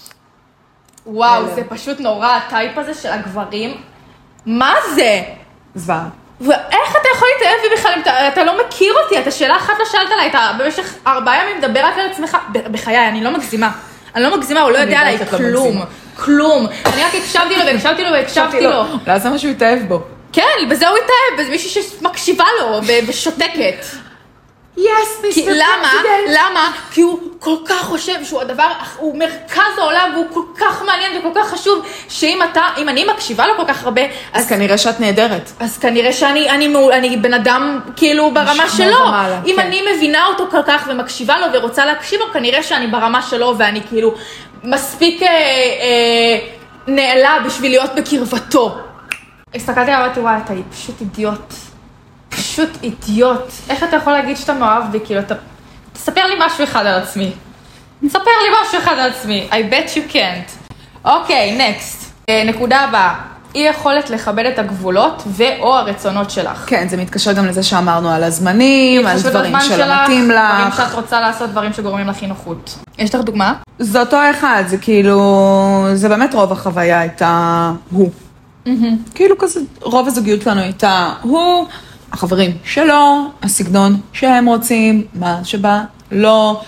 וואו, זה פשוט נורא, הטייפ הזה של הגברים. מה זה? זוועה. ואיך אתה יכול להתאהב בי בכלל אם אתה, אתה לא מכיר אותי? אתה שאלה אחת לא שאלת עליי, אתה במשך ארבעה ימים מדבר רק על עצמך, בחיי, אני לא מגזימה. אני לא מגזימה, הוא לא יודע עליי כלום, כלום. אני רק הקשבתי לו והקשבתי לו והקשבתי לו. אולי זה מה שהוא התאהב בו. כן, בזה הוא התאהב, בזה מישהי שמקשיבה לו ושותקת. Yes, מיסטר למה? למה? כי הוא כל כך חושב שהוא הדבר, הוא מרכז העולם והוא כל כך מעניין וכל כך חשוב, שאם אתה, אם אני מקשיבה לו כל כך הרבה, אז, אז כנראה שאת נהדרת. אז כנראה שאני, אני, אני בן אדם כאילו ברמה שלו. ומעלה, אם כן. אני מבינה אותו כל כך ומקשיבה לו ורוצה להקשיב לו, כנראה שאני ברמה שלו ואני כאילו מספיק אה, אה, נעלה בשביל להיות בקרבתו. הסתכלתי עליו, וואי, אתה פשוט אידיוט. פשוט אידיוט. איך אתה יכול להגיד שאתה מאוהב בי? כאילו, אתה... תספר לי משהו אחד על עצמי. תספר לי משהו אחד על עצמי. I bet you can't. אוקיי, next. נקודה הבאה. אי יכולת לכבד את הגבולות ו/או הרצונות שלך. כן, זה מתקשר גם לזה שאמרנו על הזמנים, על דברים שלא מתאים לך. דברים שאת רוצה לעשות, דברים שגורמים לך נוחות. יש לך דוגמה? זה אותו אחד, זה כאילו... זה באמת רוב החוויה הייתה הוא. כאילו כזה, רוב הזוגיות שלנו הייתה הוא... החברים שלו, הסגנון שהם רוצים, מה שבא, לא.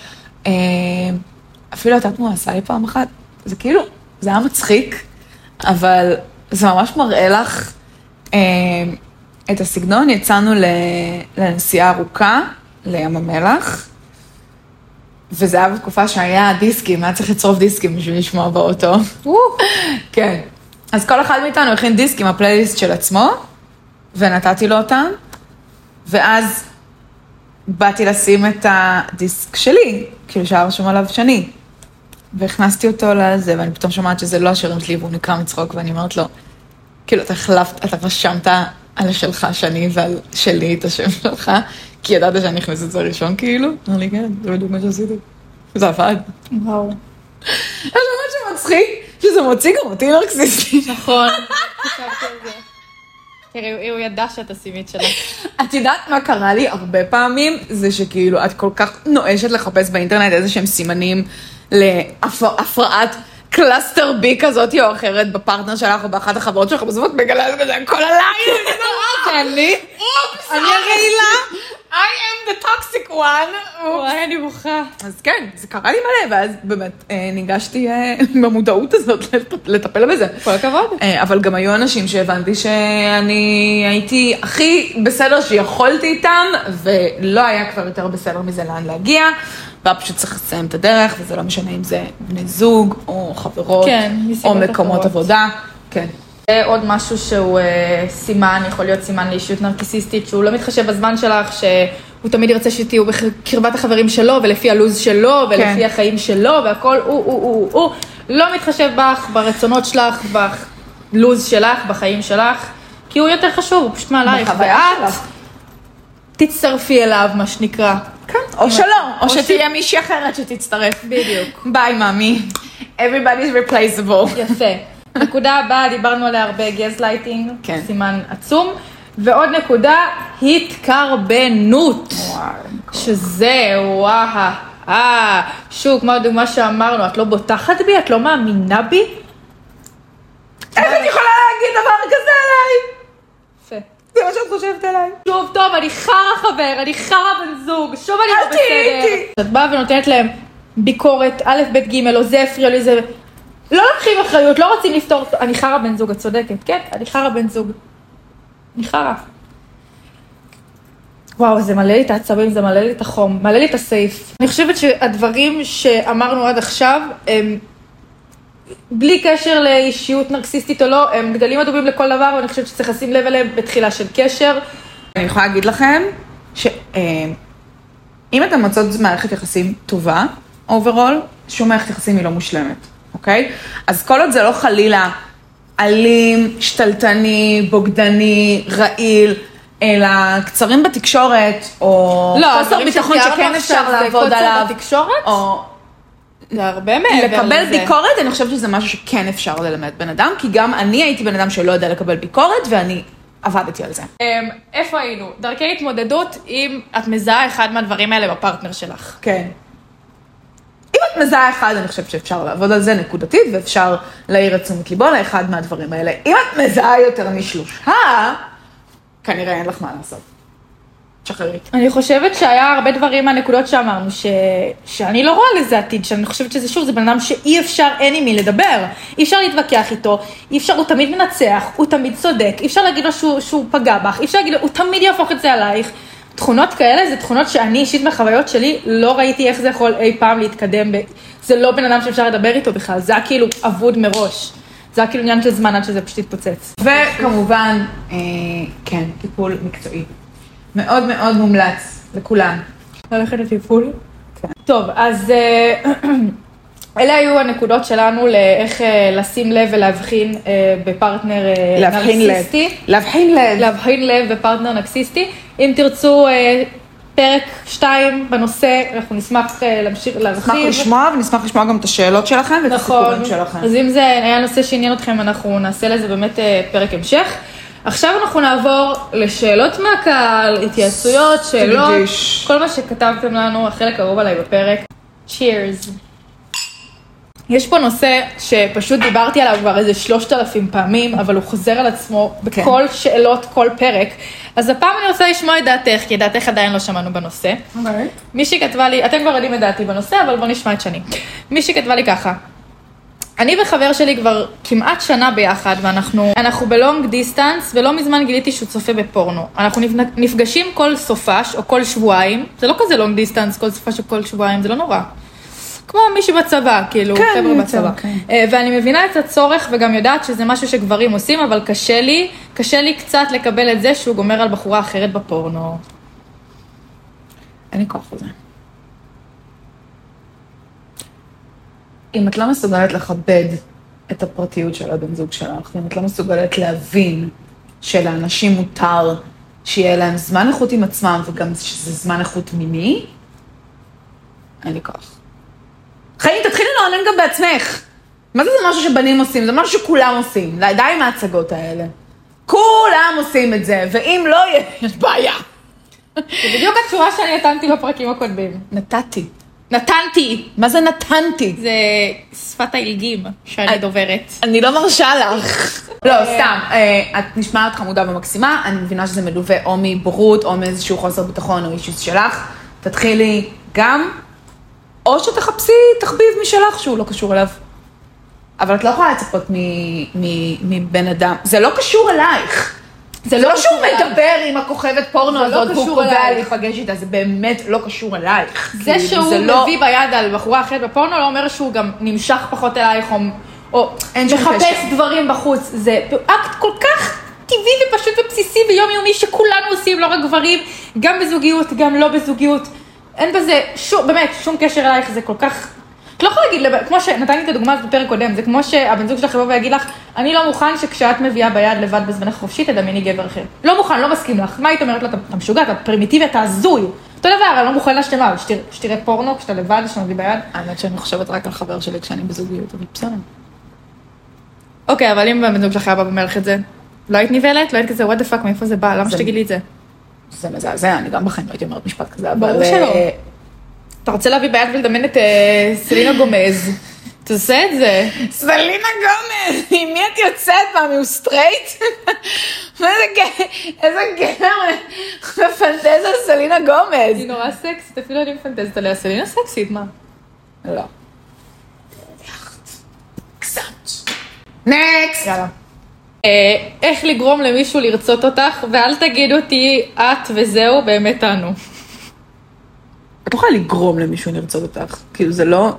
אפילו את הוא עשה לי פעם אחת, זה כאילו, זה היה מצחיק, אבל זה ממש מראה לך את הסגנון. יצאנו לנסיעה ארוכה, לים המלח, וזה היה בתקופה שהיה דיסקים, היה צריך לצרוף דיסקים בשביל לשמוע באוטו. כן. אז כל אחד מאיתנו הכין דיסקים, הפלייליסט של עצמו, ונתתי לו אותם. ואז באתי לשים את הדיסק שלי, כאילו שהיה רשום עליו שני, והכנסתי אותו לזה, ואני פתאום שומעת שזה לא השירים שלי, והוא נקרא מצחוק, ואני אומרת לו, כאילו, אתה החלפת, אתה רשמת על השלך שני ועל שלי את השם שלך, כי ידעת שאני אכנס את זה ראשון, כאילו? אמר לי, כן, זה בדיוק מה שעשיתי. זה עבד. וואו. אני אומרת שמצחיק, שזה מוציא גם אותי נרקסיסטי. נכון, חשבתי על זה. תראי, הוא ידע שאת הסימית שלה. את יודעת מה קרה לי הרבה פעמים? זה שכאילו את כל כך נואשת לחפש באינטרנט איזה שהם סימנים להפרעת קלאסטר בי כזאת או אחרת בפרטנר שלך או באחת החברות שלך, בסופו מגלה כזה כל הלילה. זה אני? אופס, אני הרעילה. I am the toxic one. וואי, אני בוכה. אז כן, זה קרה לי מלא, ואז באמת ניגשתי במודעות הזאת לטפל בזה. כל הכבוד. אבל גם היו אנשים שהבנתי שאני הייתי הכי בסדר שיכולתי איתם, ולא היה כבר יותר בסדר מזה לאן להגיע, והיה פשוט צריך לסיים את הדרך, וזה לא משנה אם זה בני זוג, או חברות, או מקומות עבודה. כן. זה עוד משהו שהוא סימן, יכול להיות סימן לאישיות נרקיסיסטית, שהוא לא מתחשב בזמן שלך, שהוא תמיד ירצה שתהיו בקרבת החברים שלו, ולפי הלוז שלו, ולפי החיים שלו, והכל, הוא, הוא, הוא, הוא, לא מתחשב בך, ברצונות שלך, בלוז שלך, בחיים שלך, כי הוא יותר חשוב, הוא פשוט מעלייך, ואת תצטרפי אליו, מה שנקרא. כן, או שלא, או שתהיה מישהי אחרת שתצטרף. בדיוק. ביי, מאמי. Everybody's replaceable. יפה. נקודה הבאה, דיברנו עליה הרבה, גזלייטינג, כן. סימן עצום, ועוד נקודה, התקרבנות, שזה, וואו, אה, שוב, כמו הדוגמה שאמרנו, את לא בוטחת בי, את לא מאמינה בי? איך את יכולה להגיד דבר כזה עליי? יפה. זה מה שאת חושבת עליי. שוב, טוב, אני חרה חבר, אני חרה בן זוג, שוב אני לא אל תהיי בסדר. איתי. את באה ונותנת להם ביקורת, א', ב', ג', או זה הפריע לי, זה... לא לוקחים אחריות, לא רוצים לפתור, אני חרה בן זוג, את צודקת, כן? אני חרה בן זוג. אני חרה. וואו, זה מלא לי את העצבים, זה מלא לי את החום, מלא לי את הסעיף. אני חושבת שהדברים שאמרנו עד עכשיו, הם בלי קשר לאישיות נרקסיסטית או לא, הם גדלים אדומים לכל דבר, ואני חושבת שצריך לשים לב אליהם בתחילה של קשר. אני יכולה להגיד לכם, שאם אתם מוצאות מערכת יחסים טובה, אוברול, שום מערכת יחסים היא לא מושלמת, אוקיי? אז כל עוד זה לא חלילה אלים, שתלטני, בוגדני, רעיל, אלא קצרים בתקשורת, או לא, חוסר ביטחון שכן אפשר לעבוד עליו, בתקשורת? או זה הרבה מעבר לזה. לקבל ביקורת, אני חושבת שזה משהו שכן אפשר ללמד בן אדם, כי גם אני הייתי בן אדם שלא יודע לקבל ביקורת, ואני עבדתי על זה. איפה היינו? דרכי התמודדות אם את מזהה אחד מהדברים האלה בפרטנר שלך. כן. אם את מזהה אחד, אני חושבת שאפשר לעבוד על זה נקודתית, ואפשר להעיר את תשומת ליבו לאחד מהדברים האלה. אם את מזהה יותר משלושה, כנראה אין לך מה לעשות. שחררי. אני חושבת שהיה הרבה דברים מהנקודות שאמרנו, ש... שאני לא רואה לזה עתיד, שאני חושבת שזה שוב, זה בן אדם שאי אפשר, אין עם מי לדבר, אי אפשר להתווכח איתו, אי אפשר, הוא תמיד מנצח, הוא תמיד צודק, אי אפשר להגיד לו שהוא, שהוא פגע בך, אי אפשר להגיד לו, הוא תמיד יהפוך את זה עלייך. תכונות כאלה זה תכונות שאני אישית מחוויות שלי, לא ראיתי איך זה יכול אי פעם להתקדם, ב... זה לא בן אדם שאפשר לדבר איתו בכלל, זה היה כאילו אבוד מראש. זה היה כאילו עניין של זמן עד שזה פשוט התפוצץ. וכמובן, אה, כן, טיפול מקצועי. מאוד מאוד מומלץ לכולם. ללכת לטיפול? כן. טוב, אז אלה היו הנקודות שלנו לאיך לשים לב ולהבחין בפרטנר נרקסיסטי. להבחין לב. להבחין לב בפרטנר נרקסיסטי. אם תרצו פרק שתיים בנושא, אנחנו נשמח להמשיך להרחיב. נשמח לשמוע, ונשמח לשמוע גם את השאלות שלכם ואת הסיפורים שלכם. אז אם זה היה נושא שעניין אתכם, אנחנו נעשה לזה באמת פרק המשך. עכשיו אנחנו נעבור לשאלות מהקהל, התייעצויות, שאלות, תגיש. כל מה שכתבתם לנו, החלק קרוב עליי בפרק. Cheers. יש פה נושא שפשוט דיברתי עליו כבר איזה שלושת אלפים פעמים, אבל הוא חוזר על עצמו בכל כן. שאלות, כל פרק. אז הפעם אני רוצה לשמוע את דעתך, כי דעתך עדיין לא שמענו בנושא. אוקיי. מישהי כתבה לי, אתם כבר יודעים את דעתי בנושא, אבל בוא נשמע את שני. מישהי כתבה לי ככה. אני וחבר שלי כבר כמעט שנה ביחד, ואנחנו אנחנו בלונג דיסטנס, ולא מזמן גיליתי שהוא צופה בפורנו. אנחנו נפגשים כל סופש או כל שבועיים, זה לא כזה לונג דיסטנס, כל סופש או כל שבועיים, זה לא נורא. כמו מישהו בצבא, כאילו, כן, חבר'ה בצבא. כן. ואני מבינה את הצורך, וגם יודעת שזה משהו שגברים עושים, אבל קשה לי, קשה לי קצת לקבל את זה שהוא גומר על בחורה אחרת בפורנו. אין לי כוח לזה. אם את לא מסוגלת לכבד את הפרטיות של הבן זוג שלך, ואם את לא מסוגלת להבין שלאנשים מותר שיהיה להם זמן איכות עם עצמם, וגם שזה זמן איכות מיני, אין לי כוח. חיים, תתחילי לעונן גם בעצמך. מה זה זה משהו שבנים עושים? זה משהו שכולם עושים. די עם ההצגות האלה. כולם עושים את זה, ואם לא, יש בעיה. זה בדיוק התשובה שאני נתנתי בפרקים הקודמים. נתתי. נתנתי. מה זה נתנתי? זה שפת הילגים שאני דוברת. אני לא מרשה לך. לא, סתם. את נשמעת חמודה ומקסימה, אני מבינה שזה מלווה או מבורות, או מאיזשהו חוסר ביטחון או אישוס שלך. תתחילי גם, או שתחפשי תחביב משלך שהוא לא קשור אליו. אבל את לא יכולה לצפות מבן אדם. זה לא קשור אלייך. זה לא שהוא מדבר עם הכוכבת פורנו הזאת, והוא קובע להיפגש איתה, זה באמת לא קשור אלייך. זה שהוא מביא ביד על בחורה אחרת בפורנו, לא אומר שהוא גם נמשך פחות אלייך, או מחפש דברים בחוץ. זה אקט כל כך טבעי ופשוט ובסיסי ויומיומי שכולנו עושים, לא רק גברים, גם בזוגיות, גם לא בזוגיות. אין בזה, באמת, שום קשר אלייך, זה כל כך... את לא יכולה להגיד, כמו שנתן לי את הדוגמה הזאת בפרק קודם, זה כמו שהבן זוג שלך יבוא ויגיד לך, אני לא מוכן שכשאת מביאה ביד לבד בזמנך חופשי, תדמייני גבר אחר. לא מוכן, לא מסכים לך. מה היית אומרת לו? אתה משוגע, אתה פרימיטיבי, אתה הזוי. אותו דבר, אני לא מוכן לשתמה, שתראה פורנו, כשאתה לבד, כשאתה מביא ביד. האמת שאני חושבת רק על חבר שלי כשאני בזוגיות, אבל בסדר. אוקיי, אבל אם הבן זוג שלך היה בא ומלך את זה, לא היית ניבלת? לא היית כזה, what the fuck, מאיפה זה בא? למה שתגידי את זה? זה מזעזע, אני גם בחיים לא הייתי אומרת משפט כזה, ברור שלא. אתה רוצה להביא ביד ולדמיין את סלינה גומז, תעשה את זה. סלינה גומז, עם מי את יוצאת פעם? הוא סטרייט? איזה גבר מפנטז על סלינה גומז. היא נורא סקסית, אפילו אני מפנטזת עליה. סלינה סקסית, מה? לא. קצת. נקסט. יאללה. איך לגרום למישהו לרצות אותך, ואל תגיד אותי את וזהו, באמת תענו. את לא יכולה לגרום למישהו לרצות אותך, כאילו זה לא...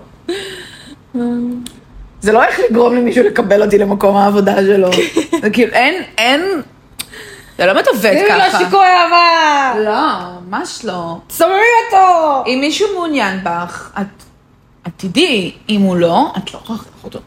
זה לא איך לגרום למישהו לקבל אותי למקום העבודה שלו. זה כאילו, אין, אין... זה לא מתעובד ככה. אם לא שיקוי אהבה! לא, ממש לא. סמרי אותו! אם מישהו מעוניין בך, את, את תדעי, אם הוא לא, את לא יכולה לקחת אותו.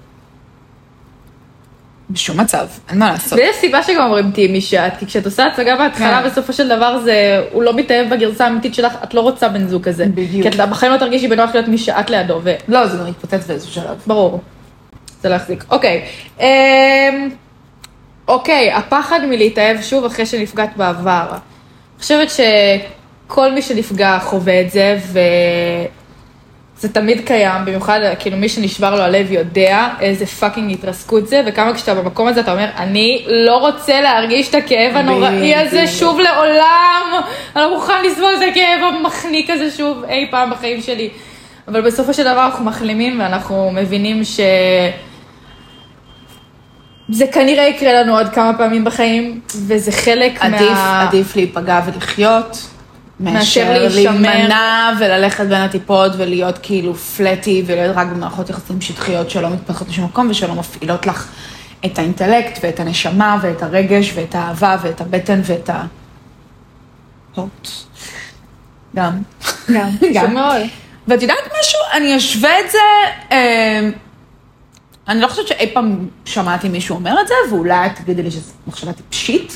בשום מצב, אין מה לעשות. ויש סיבה שגם אומרים תהי מי שאת, כי כשאת עושה הצגה בהתחלה, כן. בסופו של דבר זה, הוא לא מתאהב בגרסה האמיתית שלך, את לא רוצה בן זוג כזה. בדיוק. כי את בחיים לא תרגישי בנוח להיות מי שאת לידו, ו... לא, זה גם מתפוצץ באיזשהו שלב. ברור. זה לא יחזיק. אוקיי. אמ, אוקיי, הפחד מלהתאהב שוב אחרי שנפגעת בעבר. אני חושבת שכל מי שנפגע חווה את זה, וזה תמיד קיים, במיוחד כאילו מי שנשבר לו הלב יודע איזה פאקינג התרסקות זה, וכמה כשאתה במקום הזה אתה אומר, אני לא רוצה להרגיש את הכאב הנוראי הזה שוב לעולם, אני לא מוכן לסבול את הכאב המחניק הזה שוב אי פעם בחיים שלי. אבל בסופו של דבר אנחנו מחלימים ואנחנו מבינים ש... זה כנראה יקרה לנו עוד כמה פעמים בחיים, וזה חלק עדיף, מה... עדיף להיפגע ולחיות, מאשר מאשר להישמר. להימנע וללכת בין הטיפות ולהיות כאילו פלטי ולהיות רק במערכות יחסים שטחיות שלא מתפתחות לשום מקום ושלא מפעילות לך את האינטלקט ואת הנשמה ואת הרגש ואת האהבה ואת הבטן ואת ה... הוט. גם. גם, גם מאוד. ואת יודעת משהו? אני אשווה את זה... אה, אני לא חושבת שאי פעם שמעתי מישהו אומר את זה, ואולי תגידי לי שזו מחשבה טיפשית,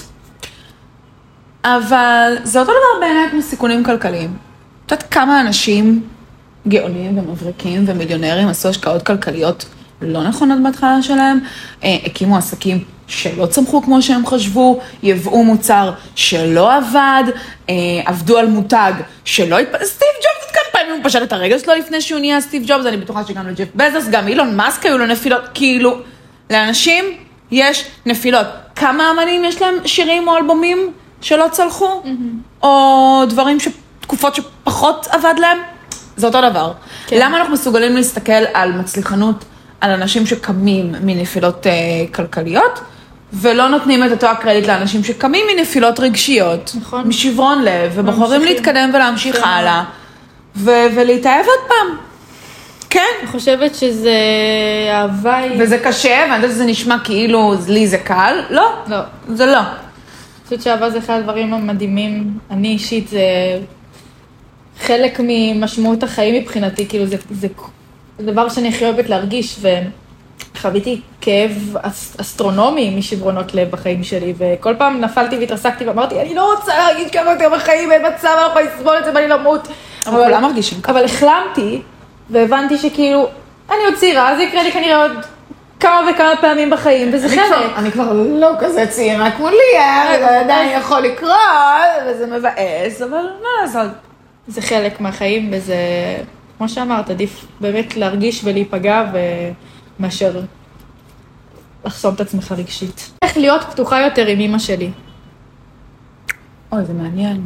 אבל זה אותו דבר בעיניי כמו סיכונים כלכליים. את יודעת כמה אנשים גאונים ומבריקים ומיליונרים עשו השקעות כלכליות לא נכונות בהתחלה שלהם, הקימו עסקים שלא צמחו כמו שהם חשבו, יבאו מוצר שלא עבד, עבדו על מותג שלא התפ... סטיב ג'ובס, את כמה פעמים הוא פשט את הרגל שלו לפני שהוא נהיה סטיב ג'ובס, אני בטוחה שגם לג'ף בזוס, גם אילון מאסק היו לו נפילות, כאילו, לאנשים יש נפילות. כמה אמנים יש להם שירים או אלבומים שלא צלחו? Mm-hmm. או דברים, ש... תקופות שפחות עבד להם? זה אותו דבר. כן. למה אנחנו מסוגלים להסתכל על מצליחנות, על אנשים שקמים מנפילות uh, כלכליות, ולא נותנים את אותו הקרדיט לאנשים שקמים מנפילות רגשיות, נכון. משברון לב, ובוחרים להתקדם ולהמשיך כן. הלאה, ו- ולהתאהב עוד פעם. כן. אני חושבת שזה אהבה היא... וזה קשה, ואני יודעת שזה נשמע כאילו לי זה קל. לא, לא. זה לא. אני חושבת שאהבה זה אחד הדברים המדהימים. אני אישית זה חלק ממשמעות החיים מבחינתי, כאילו זה... זה... זה דבר שאני הכי אוהבת להרגיש, וחוויתי כאב אסטרונומי משברונות לב בחיים שלי, וכל פעם נפלתי והתרסקתי ואמרתי, אני לא רוצה להרגיש כמה יותר בחיים, אין מצב, אני לא יכולה לסבול את זה ואני לא מות. אבל כולם מרגישים ככה. אבל החלמתי, והבנתי שכאילו, אני עוד צעירה, זה יקרה לי כנראה עוד כמה וכמה פעמים בחיים, וזה חלק. אני כבר לא כזה צעירה כמו ליה, זה עדיין יכול לקרות, וזה מבאס, אבל מה לעשות? זה חלק מהחיים, וזה... כמו שאמרת, עדיף באמת להרגיש ולהיפגע ומאשר לחסום את עצמך רגשית. איך להיות פתוחה יותר עם אמא שלי? אוי, זה מעניין.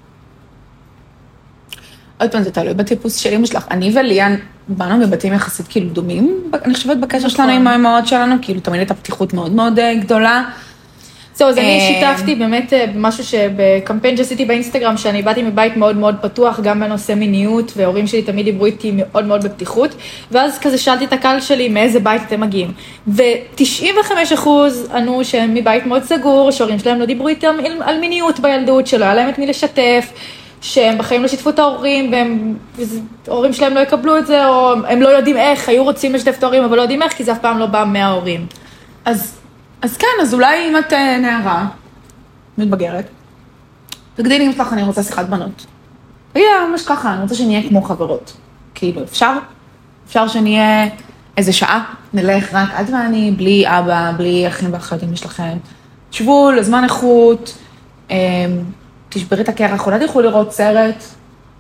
עוד פעם, זה תלוי בטיפוס של אמא שלך. אני וליאן באנו בבתים יחסית כאילו דומים, אני חושבת בקשר שלנו עם האמהות שלנו, כאילו תמיד הייתה פתיחות מאוד מאוד גדולה. זהו, אז אני שיתפתי באמת משהו שבקמפיין שעשיתי באינסטגרם, שאני באתי מבית מאוד מאוד פתוח, גם בנושא מיניות, וההורים שלי תמיד דיברו איתי מאוד מאוד בפתיחות, ואז כזה שאלתי את הקהל שלי, מאיזה בית אתם מגיעים. ו-תשעים וחמישה אחוז ענו שהם מבית מאוד סגור, שההורים שלהם לא דיברו איתם על מיניות בילדות, שלא היה להם את מי לשתף, שהם בחיים לא שיתפו את ההורים, וההורים שלהם לא יקבלו את זה, או הם לא יודעים איך, היו רוצים לשתף את ההורים, אבל לא יודעים איך, כי זה אף פעם לא בא מההורים. אז אז כן, אז אולי אם את נערה, מתבגרת, תגדי לי אם שלך, אני רוצה שיחת בנות. תגידי לה, ממש ככה, אני רוצה שנהיה כמו חברות. כאילו, אפשר? אפשר שנהיה איזה שעה, נלך רק את ואני, בלי אבא, בלי אחים ואחיות אם יש לכם. תשבו לזמן איכות, תשברי את הקרח, אולי תלכו לראות סרט,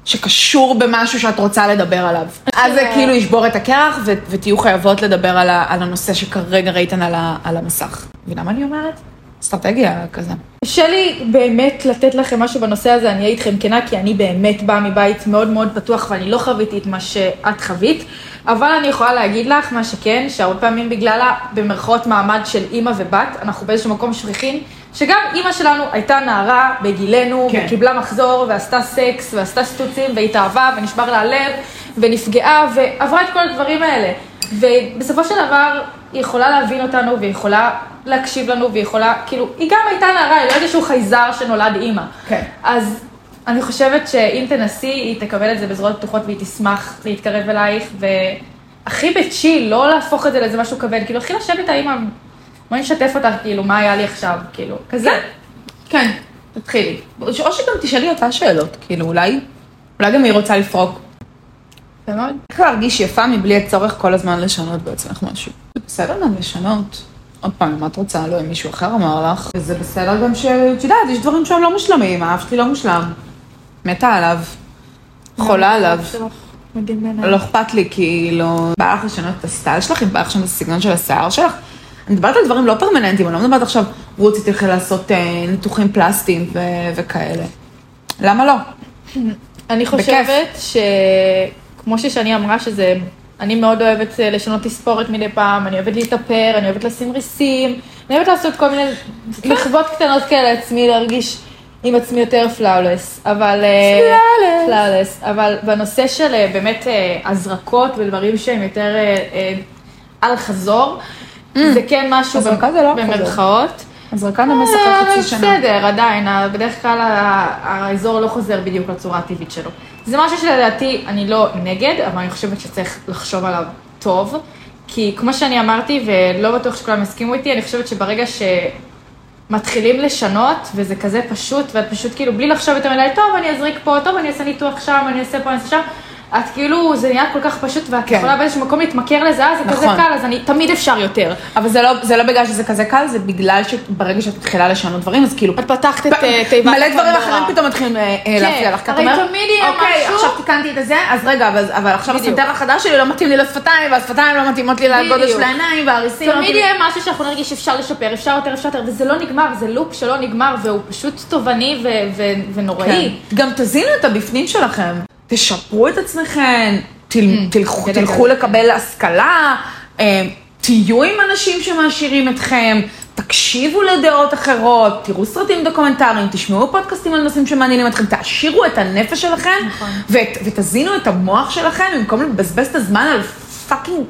שקשור במשהו שאת רוצה לדבר עליו. אז זה כאילו ישבור את הקרח, ו- ותהיו חייבות לדבר על, ה- על הנושא שכרגע ראיתן על, ה- על המסך. ולמה אני אומרת? אסטרטגיה כזה. קשה לי באמת לתת לכם משהו בנושא הזה, אני אהיה איתכם כנה, כי אני באמת באה מבית מאוד מאוד פתוח, ואני לא חוויתי את מה שאת חווית, אבל אני יכולה להגיד לך מה שכן, שהרבה פעמים בגלל במרכאות מעמד של אימא ובת, אנחנו באיזשהו מקום שכיחים, שגם אימא שלנו הייתה נערה בגילנו, כן. וקיבלה מחזור, ועשתה סקס, ועשתה סטוצים, והתאהבה, ונשבר לה הלב, ונפגעה, ועברה את כל הדברים האלה. ובסופו של דבר, היא יכולה להבין אותנו, והיא יכולה להקשיב לנו, והיא יכולה, כאילו, היא גם הייתה נערה, היא לא איזשהו חייזר שנולד אימא. כן. אז אני חושבת שאם תנסי, היא תקבל את זה בזרועות פתוחות, והיא תשמח להתקרב אלייך, והכי בצ'יל, לא להפוך את זה לאיזה משהו כבד, כאילו, הכי לשבת האמא, בואי נשתף אותך, כאילו, מה היה לי עכשיו, כאילו, כזה. כן, תתחילי. או שגם תשאלי אותה שאלות, כאילו, אולי, אולי גם היא רוצה לפרוק. באמת? איך להרגיש יפה מבלי הצורך כל הזמן לשנות בעצמך משהו. זה בסדר גם לשנות. עוד פעם, אם את רוצה, לא, אם מישהו אחר אמר לך. וזה בסדר גם שאת יודעת, יש דברים שהם לא מושלמים, האף שלי לא מושלם. מתה עליו, חולה עליו. לא אכפת לי, כאילו, בא לך לשנות את הסטייל שלך, אם בא לך שם את הסגנון של השיער שלך. אני מדברת על דברים לא פרמננטיים, אני לא מדברת עכשיו, רוצי תלכי לעשות ניתוחים פלסטיים וכאלה. למה לא? אני חושבת שכמו ששני אמרה שזה, אני מאוד אוהבת לשנות תספורת מדי פעם, אני אוהבת להתאפר, אני אוהבת לשים ריסים, אני אוהבת לעשות כל מיני מחוות קטנות כאלה לעצמי, להרגיש עם עצמי יותר פלאולס, אבל... פלאולס. אבל בנושא של באמת הזרקות ודברים שהם יותר על חזור, זה כן משהו במרכאות. הזרקה נמסך חצי שנה. בסדר, עדיין, בדרך כלל האזור לא חוזר בדיוק לצורה הטבעית שלו. זה משהו שלדעתי אני לא נגד, אבל אני חושבת שצריך לחשוב עליו טוב, כי כמו שאני אמרתי, ולא בטוח שכולם הסכימו איתי, אני חושבת שברגע שמתחילים לשנות, וזה כזה פשוט, ואת פשוט כאילו בלי לחשוב יותר מדי, טוב, אני אזריק פה, טוב, אני אעשה ניתוח שם, אני אעשה פה, אני אעשה שם, את כאילו, זה נהיה כל כך פשוט, ואת יכולה באיזשהו מקום להתמכר לזה, אה, זה כזה קל, אז אני, תמיד אפשר יותר. אבל זה לא, זה לא בגלל שזה כזה קל, זה בגלל שברגע שאת מתחילה לשנות דברים, אז כאילו... את פתחת את תיבת... מלא דברים אחרים פתאום מתחילים להפריע לך. כן, הרי תמיד יהיה משהו... אוקיי, עכשיו תיקנתי את זה, אז רגע, אבל עכשיו הסנטר החדש שלי לא מתאים לי לשפתיים, והשפתיים לא מתאימות לי לגודל של העיניים, והריסים... תמיד יהיה משהו שאנחנו נרגיש אפשר לשפר, אפשר יותר, אפשר יותר, וזה לא נגמר, זה לופ שלא נגמר, והוא פשוט תובעני ונוראי. גם תזינו את הבפנים שלכם, תשפרו את עצמכם, תלכו לקבל השכלה, תהיו עם אנשים שמעשירים אתכם, תקשיבו לדעות אחרות, תראו סרטים דוקומנטריים, תשמעו פודקאסטים על נושאים שמעניינים אתכם, תעשירו את הנפש שלכם, ותזינו את המוח שלכם, במקום לבזבז את הזמן על פאקינג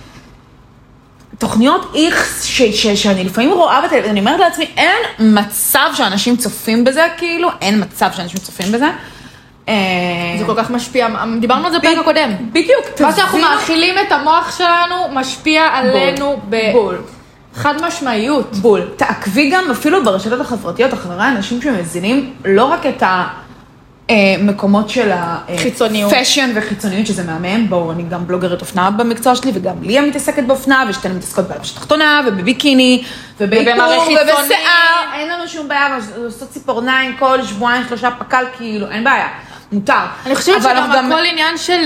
תוכניות איכס, שאני לפעמים רואה בטלוויזיה, אני אומרת לעצמי, אין מצב שאנשים צופים בזה, כאילו, אין מצב שאנשים צופים בזה. זה כל כך משפיע, דיברנו על זה בפרק הקודם. בדיוק. מה שאנחנו מאכילים את המוח שלנו, משפיע עלינו בול. חד משמעיות. בול. תעקבי גם אפילו ברשתות החברתיות, אחרי אנשים שמזינים לא רק את המקומות של החיצוניות. הפשן וחיצוניות, שזה מהמם. בואו, אני גם בלוגרית אופנה במקצוע שלי, וגם ליה מתעסקת באופנה, ושתינו מתעסקות בלבשת תחתונה, ובביקיני, ובאיפור, ובשיער. אין לנו שום בעיה, לעשות ציפורניים כל שבועיים, שלושה פקל, כאילו, אין בעיה. מותר. אני חושבת שגם הכל עניין של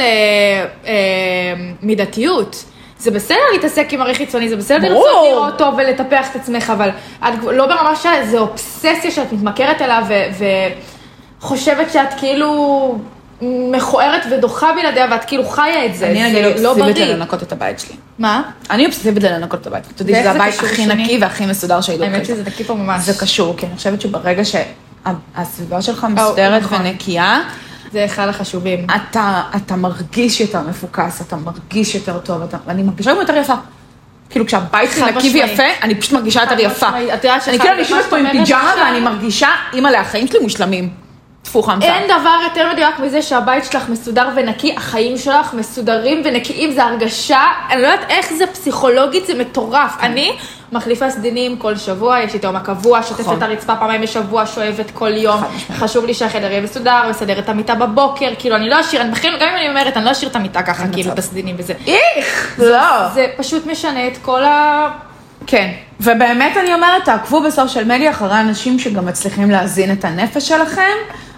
מידתיות. זה בסדר להתעסק עם הרי חיצוני, זה בסדר לרצות לראות טוב ולטפח את עצמך, אבל לא ברמה שזה אובססיה שאת מתמכרת אליו וחושבת שאת כאילו מכוערת ודוחה בלעדיה ואת כאילו חיה את זה, זה לא בריא. אני אובססיבית לנקות את הבית שלי. מה? אני אובססיבית לנקות את הבית. אתה יודעת שזה הבית הכי נקי והכי מסודר שהידו כזה. האמת שזה נקי פה ממש. זה קשור, כי אני חושבת שברגע שהסביבה שלך מסודרת ונקייה, זה אחד החשובים. אתה, אתה מרגיש יותר מפוקס, אתה מרגיש יותר טוב, אתה, אני מרגישה גם יותר יפה. כאילו כשהבית שלי נקי ויפה, אני פשוט מרגישה יותר יפה. אני כאילו נשארת פה עם פיג'מה ואני מרגישה, אימא להחיים שלי מושלמים. תפוך חמסה. אין דבר יותר מדויק מזה שהבית שלך מסודר ונקי, החיים שלך מסודרים ונקיים, זה הרגשה, אני לא יודעת איך זה פסיכולוגית, זה מטורף. אני מחליפה סדינים כל שבוע, יש לי תאום הקבוע, שוטפת את הרצפה פעמיים בשבוע, שואבת כל יום. חשוב לי שהחדר יהיה מסודר, מסדר את המיטה בבוקר, כאילו אני לא אשאיר, גם אם אני אומרת, אני לא אשאיר את המיטה ככה, כאילו את הסדינים וזה. איך? לא. זה פשוט משנה את כל ה... כן, ובאמת אני אומרת, תעקבו בסושיאל מדיה אחרי אנשים שגם מצליחים להזין את הנפש שלכם,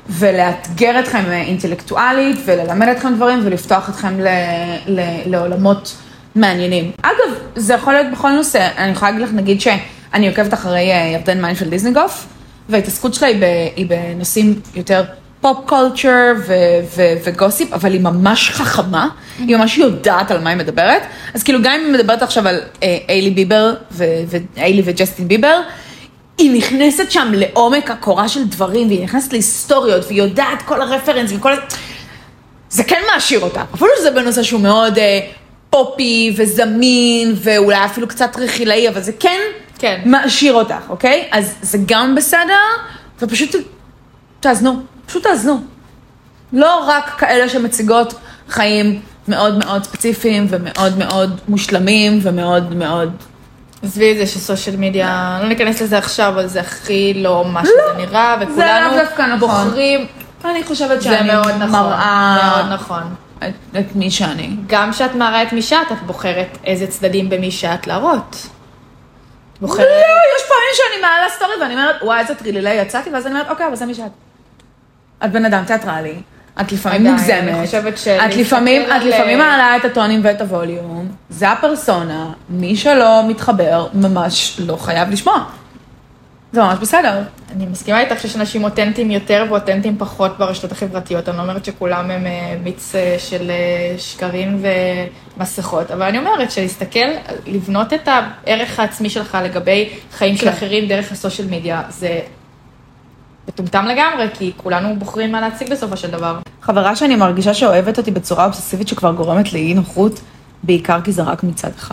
ולאתגר אתכם אינטלקטואלית, וללמד אתכם דברים, ולפתוח אתכם ל, ל, לעולמות מעניינים. אגב, זה יכול להיות בכל נושא. אני יכולה להגיד לך, נגיד שאני עוקבת אחרי ירדן מיינפלד דיזנגוף, וההתעסקות שלה היא, ב, היא בנושאים יותר פופ קולצ'ר וגוסיפ, אבל היא ממש חכמה, היא ממש יודעת על מה היא מדברת. אז כאילו גם אם היא מדברת עכשיו על איילי ביבר, ואיילי וג'סטין ביבר, היא נכנסת שם לעומק הקורה של דברים, והיא נכנסת להיסטוריות, והיא יודעת כל הרפרנס וכל... זה כן מעשיר אותה. אפילו שזה בנושא שהוא מאוד אה, פופי וזמין, ואולי אפילו קצת רכילאי, אבל זה כן, כן. מעשיר אותך, אוקיי? אז זה גם בסדר, ופשוט תאזנו, פשוט תאזנו. לא רק כאלה שמציגות חיים מאוד מאוד ספציפיים, ומאוד מאוד מושלמים, ומאוד מאוד... עזבי את זה שסושיאל מדיה, לא ניכנס לזה עכשיו, אבל זה הכי לא מה שזה נראה, וכולנו בוחרים. אני חושבת זה שאני מאוד נכון, מראה מאוד נכון. את, את מי שאני. גם כשאת מראה את מי שאת, את בוחרת איזה צדדים במי שאת להראות. בוחרת... לא, יש פעמים שאני מעלה סטורי ואני אומרת, וואי, איזה טרילילי יצאתי, ואז אני אומרת, אוקיי, אבל זה מי שאת. את בן אדם תיאטרלי, את לפעמים מוגזמת. אני חושבת ש... את לפעמים, את לפעמים מעלה את הטונים ואת הווליום, זה הפרסונה, מי שלא מתחבר ממש לא חייב לשמוע. זה ממש בסדר. אני מסכימה איתך שיש אנשים אותנטיים יותר ואותנטיים פחות ברשתות החברתיות. אני לא אומרת שכולם הם מיץ של שקרים ומסכות, אבל אני אומרת שלהסתכל, לבנות את הערך העצמי שלך לגבי חיים של אחרים דרך הסושיאל מדיה, זה מטומטם לגמרי, כי כולנו בוחרים מה להציג בסופו של דבר. חברה שאני מרגישה שאוהבת אותי בצורה אובססיבית שכבר גורמת לאי נוחות, בעיקר כי זה רק מצד אחד.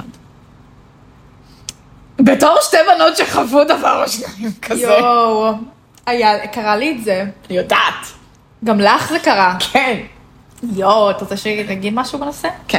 בתור שתי בנות שחוו דבר או שניים כזה. יואו, היה, קרה לי את זה. אני יודעת. גם לך זה קרה. כן. יואו, אתה רוצה שנגיד משהו בנושא? כן.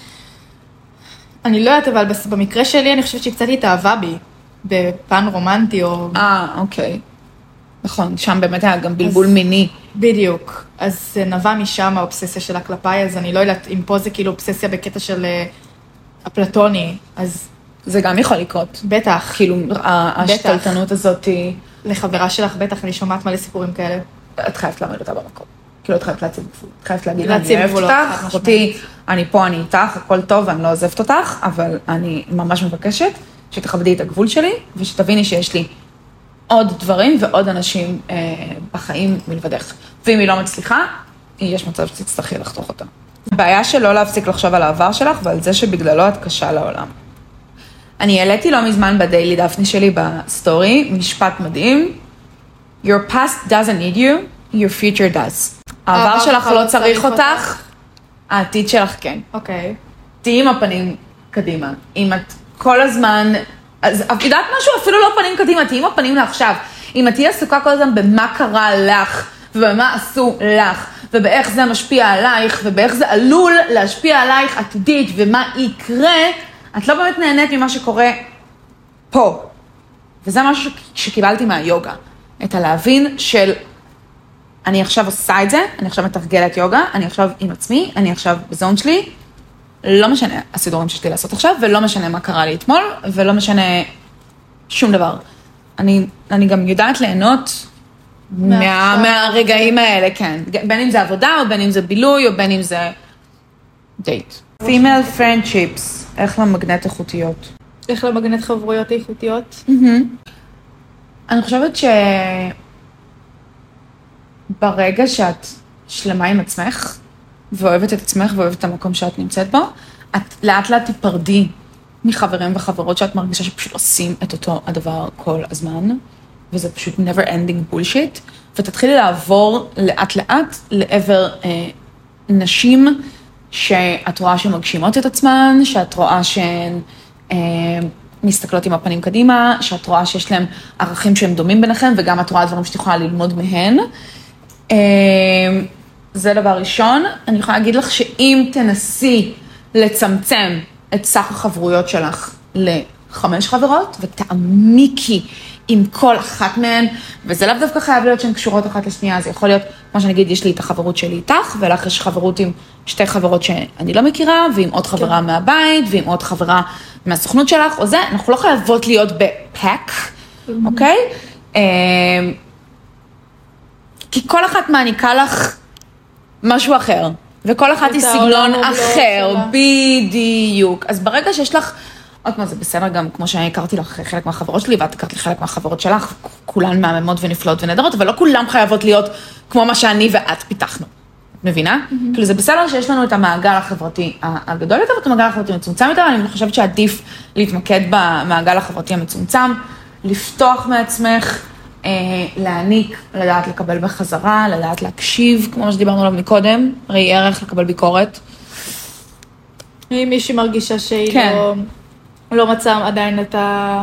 אני לא יודעת, אבל במקרה שלי אני חושבת שקצת התאהבה בי, בפן רומנטי או... אה, אוקיי. נכון, שם באמת היה גם בלבול מיני. בדיוק. אז זה נבע משם האובססיה שלה כלפיי, אז אני לא יודעת אם פה זה כאילו אובססיה בקטע של אפלטוני, אז... זה גם יכול לקרות. בטח. כאילו, השתלטנות הזאת היא... לחברה שלך, בטח, אני שומעת מלא סיפורים כאלה. את חייבת להעמיד אותה במקום. כאילו, את חייבת להציב גבול. את חייבת להגיד, להציב אני גבולות, אוהבת אותך, אותי, אני פה, אני איתך, הכל טוב, ואני לא עוזבת אותך, אבל אני ממש מבקשת שתכבדי את הגבול שלי, ושתביני שיש לי עוד דברים ועוד אנשים אה, בחיים מלבדך. ואם היא לא מצליחה, יש מצב שתצטרכי לחתוך אותה. הבעיה שלא להפסיק לחשוב על העבר שלך, ועל זה שבגללו את קשה לעולם. אני העליתי לא מזמן בדיילי דפני שלי בסטורי, משפט מדהים. Your past doesn't need you, your future does. העבר שלך לא צריך אותך, העתיד שלך כן. אוקיי. תהי עם הפנים קדימה. אם את כל הזמן, אז את יודעת משהו? אפילו לא פנים קדימה, תהי עם הפנים לעכשיו. אם את תהי עסוקה כל הזמן במה קרה לך, ובמה עשו לך, ובאיך זה משפיע עלייך, ובאיך זה עלול להשפיע עלייך עתידית, ומה יקרה, את לא באמת נהנית ממה שקורה פה. וזה משהו שקיבלתי מהיוגה. את הלהבין של, אני עכשיו עושה את זה, אני עכשיו מתרגלת יוגה, אני עכשיו עם עצמי, אני עכשיו בזון שלי, לא משנה הסידורים שיש לי לעשות עכשיו, ולא משנה מה קרה לי אתמול, ולא משנה שום דבר. אני, אני גם יודעת ליהנות מה, מהרגעים האלה, כן. בין אם זה עבודה, או בין אם זה בילוי, או בין אם זה דייט. Female friendships, איך למגנט איכותיות? איך למגנט חברויות איכותיות? אני חושבת שברגע שאת שלמה עם עצמך, ואוהבת את עצמך ואוהבת את המקום שאת נמצאת בו, את לאט לאט תיפרדי מחברים וחברות שאת מרגישה שפשוט עושים את אותו הדבר כל הזמן, וזה פשוט never ending bullshit, ותתחילי לעבור לאט לאט לעבר אה, נשים שאת רואה שמגשימות את עצמן, שאת רואה שהן אה, מסתכלות עם הפנים קדימה, שאת רואה שיש להם ערכים שהם דומים ביניכם, וגם את רואה דברים שאת יכולה ללמוד מהן. אה, זה דבר ראשון. אני יכולה להגיד לך שאם תנסי לצמצם את סך החברויות שלך לחמש חברות, ותעמיקי עם כל אחת מהן, וזה לאו דווקא חייב להיות שהן קשורות אחת לשנייה, זה יכול להיות, כמו שנגיד, יש לי את החברות שלי איתך, ולך יש חברות עם שתי חברות שאני לא מכירה, ועם עוד חברה כן. מהבית, ועם עוד חברה מהסוכנות שלך, או זה, אנחנו לא חייבות להיות בפאק, אוקיי? כי כל אחת מעניקה לך משהו אחר, וכל אחת היא סגנון אחר, בדיוק. אז ברגע שיש לך, עוד פעם, זה בסדר גם, כמו שאני הכרתי לך חלק מהחברות שלי, ואת הכרת לי חלק מהחברות שלך, כולן מהממות ונפלאות ונהדרות, אבל לא כולן חייבות להיות כמו מה שאני ואת פיתחנו. את מבינה? כאילו זה בסדר שיש לנו את המעגל החברתי הגדול יותר, ואת המעגל החברתי המצומצם יותר, אני חושבת שעדיף להתמקד במעגל החברתי המצומצם, לפתוח מעצמך, להעניק, לדעת לקבל בחזרה, לדעת להקשיב, כמו שדיברנו עליו מקודם, ראי ערך לקבל ביקורת. אם מישהי מרגישה שהיא כן. לא, לא מצאה עדיין את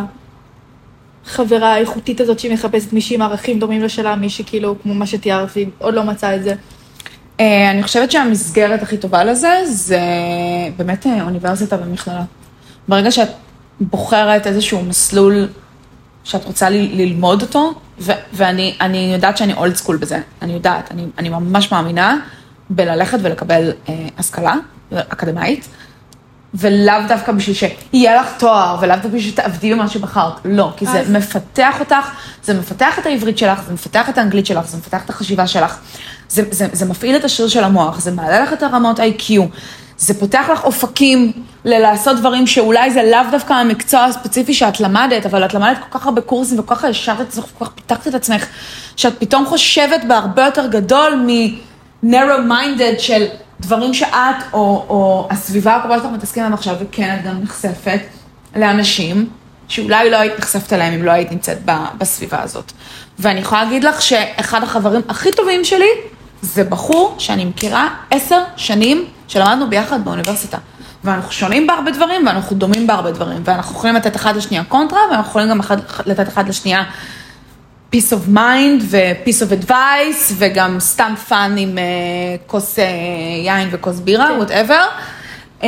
החברה האיכותית הזאת שהיא מחפשת מישהי עם ערכים דומים לשלה, מישהי כאילו כמו מה שתיארת, והיא עוד לא מצאה את זה. אני חושבת שהמסגרת הכי טובה לזה, זה באמת אוניברסיטה ומכללה. ברגע שאת בוחרת איזשהו מסלול שאת רוצה ל- ללמוד אותו, ו- ואני אני יודעת שאני אולד סקול בזה, אני יודעת, אני, אני ממש מאמינה בללכת ולקבל אה, השכלה אקדמית, ולאו דווקא בשביל שיהיה לך תואר, ולאו דווקא בשביל שתעבדי במה שבחרת, לא, כי זה אז... מפתח אותך, זה מפתח את העברית שלך, זה מפתח את האנגלית שלך, זה מפתח את החשיבה שלך, זה, זה, זה מפעיל את השריר של המוח, זה מעלה לך את הרמות איי קיו, זה פותח לך אופקים ללעשות דברים שאולי זה לאו דווקא המקצוע הספציפי שאת למדת, אבל את למדת כל כך הרבה קורסים וכל כך השארת את עצמך, כל כך פיתחת את עצמך, שאת פתאום חושבת בהרבה יותר גדול מ-narrow-minded של דברים שאת או, או הסביבה הקרובה שלך מתעסקים להם עכשיו, וכן, את גם נחשפת לאנשים שאולי לא היית נחשפת אליהם אם לא היית נמצאת בסביבה הזאת. ואני יכולה להגיד לך שאחד החברים הכי טובים שלי, זה בחור שאני מכירה עשר שנים שלמדנו ביחד באוניברסיטה. ואנחנו שונים בהרבה דברים, ואנחנו דומים בהרבה דברים. ואנחנו יכולים לתת אחד לשנייה קונטרה, ואנחנו יכולים גם אחד, לתת אחד לשנייה peace of mind ו-peace of advice, וגם סתם פאן עם uh, כוס uh, יין וכוס בירה, כן. whatever. Uh,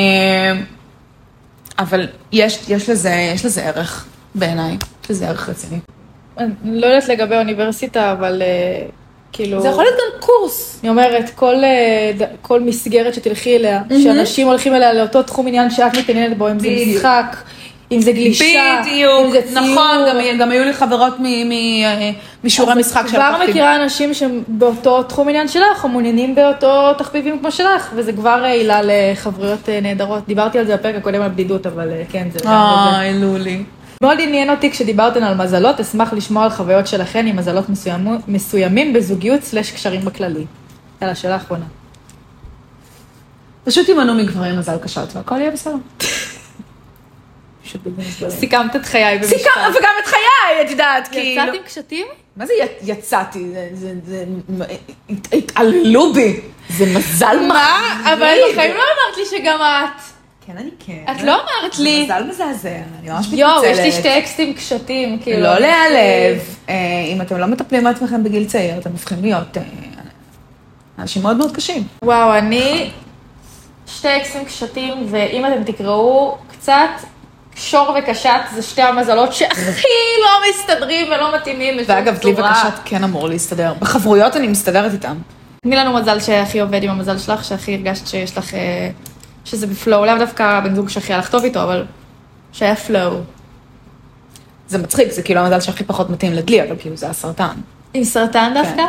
אבל יש, יש לזה, יש לזה ערך בעיניי, יש לזה ערך רציני. אני לא יודעת לגבי אוניברסיטה, אבל... Uh... כאילו... זה יכול להיות גם קורס. אני אומרת, כל, כל מסגרת שתלכי אליה, mm-hmm. שאנשים הולכים אליה לאותו תחום עניין שאת מתעניינת בו, אם זה משחק, אם זה גלישה, בדיוק, אם זה ציור. נכון, גם, גם היו לי חברות משיעורי משחק של כבר מכירה אנשים שבאותו תחום עניין שלך, או מעוניינים באותו תחביבים כמו שלך, וזה כבר עילה לחברויות נהדרות. דיברתי על זה בפרק הקודם על בדידות, אבל כן, זה... אוי, לולי. מאוד עניין אותי כשדיברתן על מזלות, אשמח לשמוע על חוויות שלכן עם מזלות מסוימים, מסוימים בזוגיות סלש קשרים בכללי. יאללה, שאלה האחרונה. פשוט ימנו מגברים מזל קשת, והכל יהיה בסדר. סיכמת את חיי במשפט. סיכמת, וגם את חיי, את יודעת, כי... יצאת עם קשתים? מה זה יצאתי? זה... התעללו בי. זה מזל מחריד. מה? אבל בחיים לא אמרת לי שגם את. כן, אני כן. את לא אמרת לי. מזל מזעזע, אני ממש מתנצלת. יואו, יש לי שתי אקסטים קשתים, כאילו. לא להיעלב. אם אתם לא מטפלים בעצמכם בגיל צעיר, אתם הופכים להיות אנשים מאוד מאוד קשים. וואו, אני שתי אקסטים קשתים, ואם אתם תקראו קצת, שור וקשת זה שתי המזלות שהכי לא מסתדרים ולא מתאימים. ואגב, דלי וקשת כן אמור להסתדר. בחברויות אני מסתדרת איתם. תני לנו מזל שהכי עובד עם המזל שלך, שהכי הרגשת שיש לך... שזה בפלואו, לאו דווקא בן זוג שהכי הלך טוב איתו, אבל שהיה פלואו. זה מצחיק, זה כאילו המזל שהכי פחות מתאים לדלי, אבל כאילו זה הסרטן. עם סרטן דווקא?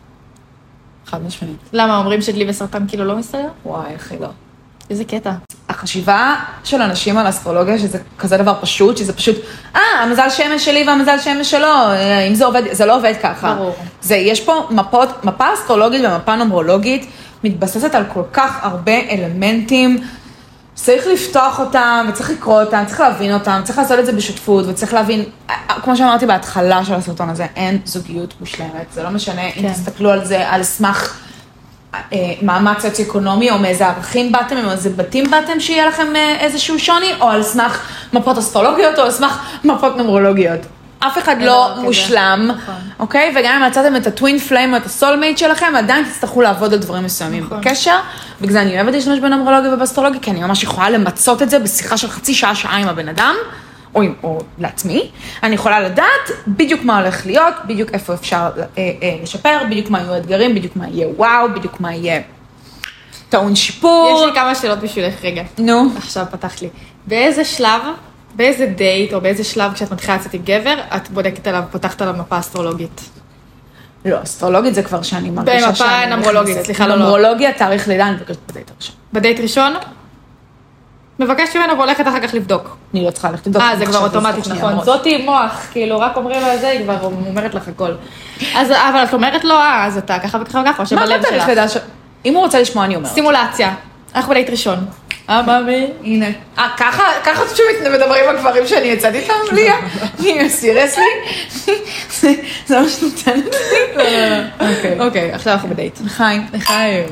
חד משמעית. למה, אומרים שדלי וסרטן כאילו לא מסתדר? וואי, הכי לא. איזה קטע. החשיבה של אנשים על אסטרולוגיה, שזה כזה דבר פשוט, שזה פשוט, אה, המזל שמש שלי והמזל שמש שלו, אם זה עובד, זה לא עובד ככה. ברור. זה, יש פה מפות, מפה אסטרולוגית ומפה נומרולוגית, מתבססת על כל כך הרבה אלמנטים, צריך לפתוח אותם, וצריך לקרוא אותם, צריך להבין אותם, צריך לעשות את זה בשותפות, וצריך להבין, כמו שאמרתי בהתחלה של הסרטון הזה, אין זוגיות מושלמת, זה לא משנה כן. אם תסתכלו על זה, על סמך מעמד סוציו-אקונומי, או מאיזה ערכים באתם, או מאיזה בתים באתם שיהיה לכם איזשהו שוני, או על סמך מפות אסטרולוגיות, או על סמך מפות נומרולוגיות. אף אחד לא מושלם, אוקיי? וגם אם מצאתם את הטווין פליים או את הסולמייט שלכם, עדיין תצטרכו לעבוד על דברים מסוימים בקשר. בגלל זה אני אוהבת להשתמש בנומרולוגיה ובאסטרולוגיה, כי אני ממש יכולה למצות את זה בשיחה של חצי שעה, שעה עם הבן אדם, או, או לעצמי. אני יכולה לדעת בדיוק מה הולך להיות, בדיוק איפה אפשר אה, אה, לשפר, בדיוק מה יהיו האתגרים, בדיוק מה יהיה וואו, בדיוק מה יהיה טעון שיפור. יש לי כמה שאלות בשבילך רגע. נו. עכשיו פתחת לי. באיזה שלב, באיזה דייט או באיזה שלב כשאת מתחילה לצאת עם גבר, את בודקת עליו, פותחת עליו מפה אסטרולוגית? לא, אסטרולוגית זה כבר שאני מרגישה במפה שאני נומרולוגית, נכנסת. סליחה, לא, לא. נומרולוגיה, תאריך לידה, אני מבקשת בדייט הראשון. בדייט ראשון? מבקשת ממנו והולכת אחר כך לבדוק. אני לא צריכה ללכת לבדוק. אה, זה כבר אוטומטית, נכון. זאתי מוח, כאילו, רק אומרים לה זה, היא כבר אומרת לך הכל. אז, אבל את אומרת לו, אה, אז אתה ככה וככה וככה, או שבלב שלך. מה תאריך לידה? אם הוא רוצה לשמוע, אני אומרת. סימולציה. אנחנו בדייט ראשון. אה, מאמי? הנה. אה, ככה, ככה פשוט מדברים עם הגברים שאני יצאתי איתם, ליה? הנה, סירסלי? זה מה שנותנת לי? אוקיי. אוקיי, עכשיו אנחנו בדייט. לחיים. לחיים.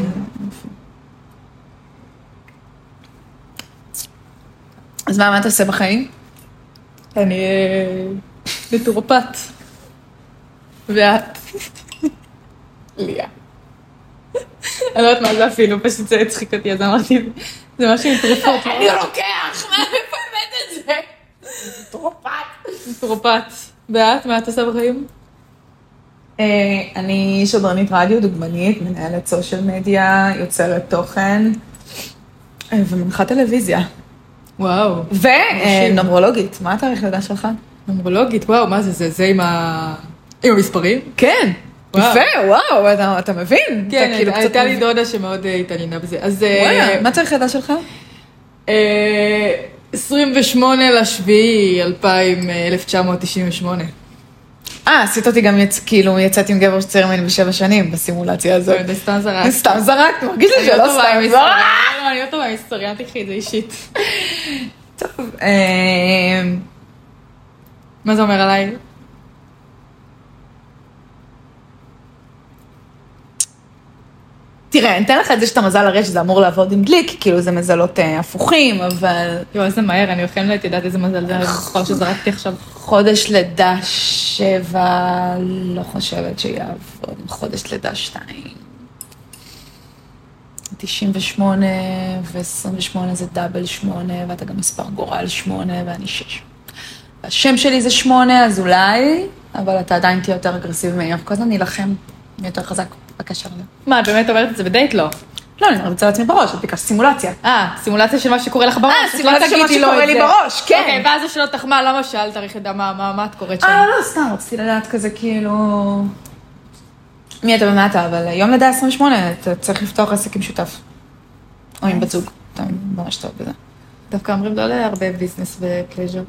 אז מה, מה אתה עושה בחיים? אני נטורופט. ואת? ליה. אני לא יודעת מה זה אפילו, פשוט זה הצחיק אותי, אז אמרתי, זה משהו עם תרופות. אני לוקח, מה, איפה הבאת את זה? נטורופט. נטורופט. ואת, מה את עושה בחיים? אני שדרנית רדיו, דוגמנית, מנהלת סושיאל מדיה, יוצרת תוכן, ומנחה טלוויזיה. וואו. ונומרולוגית, מה התאריך לידה שלך? נומרולוגית, וואו, מה זה, זה, זה עם ה... עם המספרים? כן. יפה, וואו, אתה, אתה מבין? כן, כאילו הייתה לי דודה שמאוד התעניינה בזה. אז... וואלה, מה צריך לידה שלך? עשרים ושמונה לשביעי אלף תשע מאות תשעים ושמונה. אה, עשית אותי גם, כאילו, יצאתי עם גבר שצעיר ממני בשבע שנים בסימולציה הזאת. זה סתם זרק. סתם זרק, מרגיש לי שלא סתם זרק. לא, אני לא טובה עם היסטוריה, אל תקחי את זה אישית. טוב, מה זה אומר עליי? תראה, אני אתן לך את זה שאתה מזל הרי שזה אמור לעבוד עם גליק, כאילו זה מזלות הפוכים, אבל... יו, איזה מהר, אני אוכלת, את יודעת איזה מזל, זה המספר שזרקתי עכשיו. חודש לידה שבע, לא חושבת שיעבוד, חודש לידה שתיים. תשעים ושמונה ו-עשרים ושמונה זה דאבל שמונה, ואתה גם מספר גורל שמונה, ואני שש. והשם שלי זה שמונה, אז אולי, אבל אתה עדיין תהיה יותר אגרסיבי ממני, כל הזמן נילחם, יותר חזק בקשר הזה. מה, את באמת אומרת את זה בדייט? לא. לא, אני אומרת את זה לעצמי בראש, את ביקשת סימולציה. אה, סימולציה של מה שקורה לך בראש. אה, סימולציה של מה שקורה לי בראש, כן. אוקיי, ואז זה שלא תחמה, למה שאלת, תאריך לידה, מה את קוראת שם? אה, לא, סתם, רציתי לדעת כזה כאילו... מי אתה ומה אתה, אבל יום לידה עשרים ושמונה, אתה צריך לפתוח עסק עם שותף. או עם בת זוג, אתה ממש טוב בזה. דווקא אומרים לא להרבה ביזנס ופלז'ר.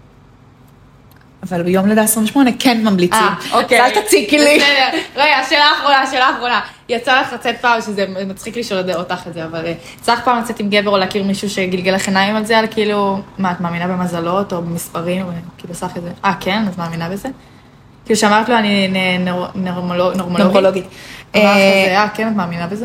אבל ביום לידה עשרים ושמונה כן ממליצים. אה, אוקיי. אז אל תציקי לי. בסדר. רגע, שאלה האחרונה, שאלה האחרונה. יצא לך לצאת פעם, שזה מצחיק לי שולד אותך את זה, אבל יצא לך פעם לצאת עם גבר או להכיר מישהו שגלגל לך עיניים על זה, על כאילו, מה, את מאמינה במזלות או במספרים, כאילו עושה את זה? אה, כן? את מאמינה בזה? כאילו שאמרת לו, אני נורמולוגית. נורמולוגית. אה, כן, את מאמינה בזה?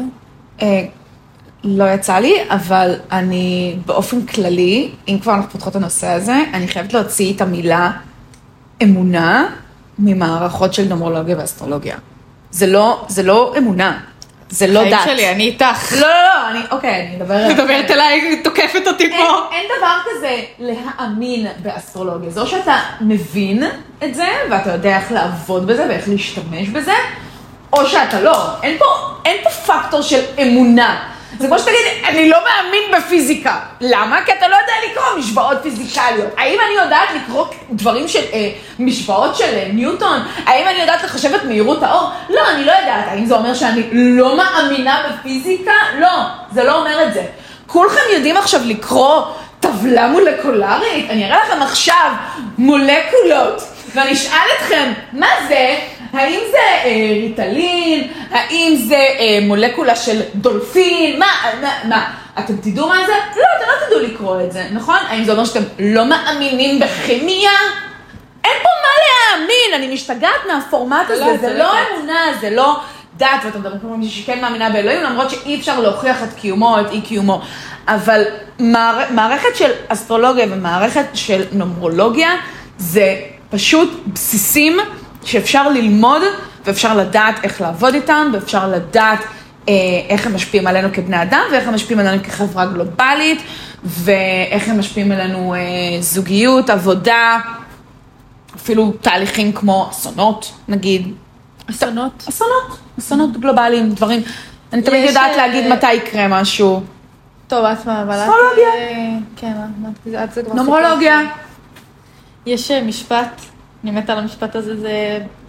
לא יצא לי, אבל אני באופן כללי, אם כבר אנחנו פותחות את הנושא הזה, אני חייבת להוציא את המילה אמונה ממערכות של נומרולוגיה ואסטרולוגיה. זה לא, זה לא אמונה, זה לא דת. חיים שלי, אני איתך. לא, לא, לא, אני, אוקיי, אני מדברת... מדברת אליי, תוקפת אותי פה. אין דבר כזה להאמין באסטרולוגיה. זה או שאתה מבין את זה, ואתה יודע איך לעבוד בזה ואיך להשתמש בזה, או שאתה לא. אין פה, אין פה פקטור של אמונה. זה כמו שתגיד, אני לא מאמין בפיזיקה. למה? כי אתה לא יודע לקרוא משוואות פיזיקליות. האם אני יודעת לקרוא דברים של, אה, משוואות של אה, ניוטון? האם אני יודעת לחשב את מהירות האור? לא, אני לא יודעת. האם זה אומר שאני לא מאמינה בפיזיקה? לא, זה לא אומר את זה. כולכם יודעים עכשיו לקרוא טבלה מולקולרית? אני אראה לכם עכשיו מולקולות, ואני אשאל אתכם, מה זה? האם זה אה, ריטלין? האם זה אה, מולקולה של דולפין? מה, מה, מה? אתם תדעו מה זה? לא, אתם לא תדעו לקרוא את זה, נכון? האם זה אומר שאתם לא מאמינים בכימיה? אין פה מה להאמין, אני משתגעת מהפורמט הזה, זה, זה לא אמונה, זה לא דת, ואתם מדברים כמו מישהו שכן מאמינה באלוהים, למרות שאי אפשר להוכיח את קיומו או את אי קיומו. אבל מערכת של אסטרולוגיה ומערכת של נומרולוגיה, זה פשוט בסיסים שאפשר ללמוד, ואפשר לדעת איך לעבוד איתם, ואפשר לדעת אה, איך הם משפיעים עלינו כבני אדם, ואיך הם משפיעים עלינו כחברה גלובלית, ואיך הם משפיעים עלינו אה, זוגיות, עבודה, אפילו תהליכים כמו אסונות, נגיד. אסונות? אסונות, אסונות גלובליים, דברים. אני תמיד יודעת להגיד מתי יקרה משהו. טוב, את מה, אבל את... אסטרולוגיה. כן, את זה כבר... נומרולוגיה. יש משפט, אני מתה על המשפט הזה, זה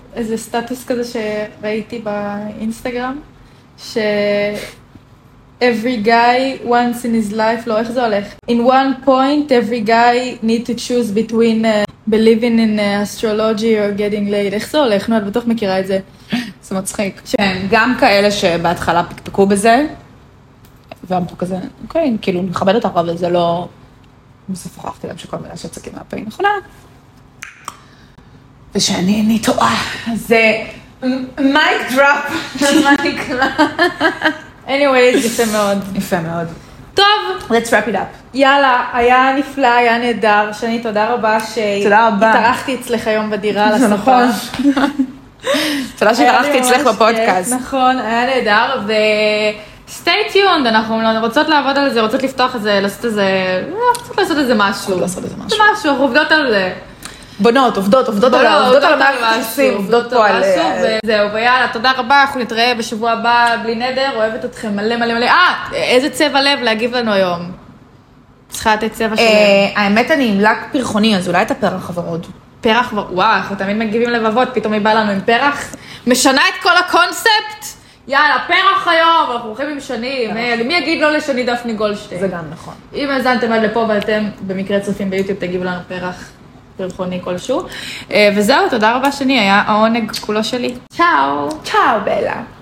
איזה סטטוס כזה שראיתי באינסטגרם, ש... every guy once in his life, לא, איך זה הולך? In one point, every guy need to choose between uh, believing in uh, astrology or getting laid. איך זה הולך? נו, את בטוח מכירה את זה. זה מצחיק. כן, גם כאלה שבהתחלה פקפקו בזה, ואמרו כזה, אוקיי, כאילו, אני מכבדת אותך, אבל זה לא... בסוף הוכחתי להם שכל מילה שצקים מהפה היא נכונה. ושאני איני טועה. זה מייק דראפ, מה נקרא? anyways, יפה מאוד. יפה מאוד. טוב. let's wrap it up. יאללה, היה נפלא, היה נהדר. שני, תודה רבה שהתארחתי אצלך היום בדירה על הספה. תודה שהתארחתי אצלך בפודקאסט. נכון, היה נהדר, ו-stay tuned, אנחנו רוצות לעבוד על זה, רוצות לפתוח את זה, לעשות איזה, רוצות לעשות איזה משהו. לעשות איזה משהו. משהו, אנחנו עובדות על זה. בנות, עובדות, עובדות על עובדות על המערכסים, עובדות פה על... וזהו, ויאללה, תודה רבה, אנחנו נתראה בשבוע הבא בלי נדר, אוהבת אתכם מלא מלא מלא. אה, איזה צבע לב להגיב לנו היום? צריכה לתת צבע של לב. האמת אני עם לק פרחוני, אז אולי את הפרח הוורוד. פרח, וואו, אנחנו תמיד מגיבים לבבות, פתאום היא באה לנו עם פרח. משנה את כל הקונספט. יאללה, פרח היום, אנחנו הולכים עם שני. מי יגיד לא לשני דפני גולדשטיין? זה גם נכון. אם הזנתם עד לפה ואתם במקרה צופים ביוטיוב, תגיבו לנו פרח. פרחוני כלשהו. וזהו, תודה רבה שני, היה העונג כולו שלי. צ'או. צ'או בלה.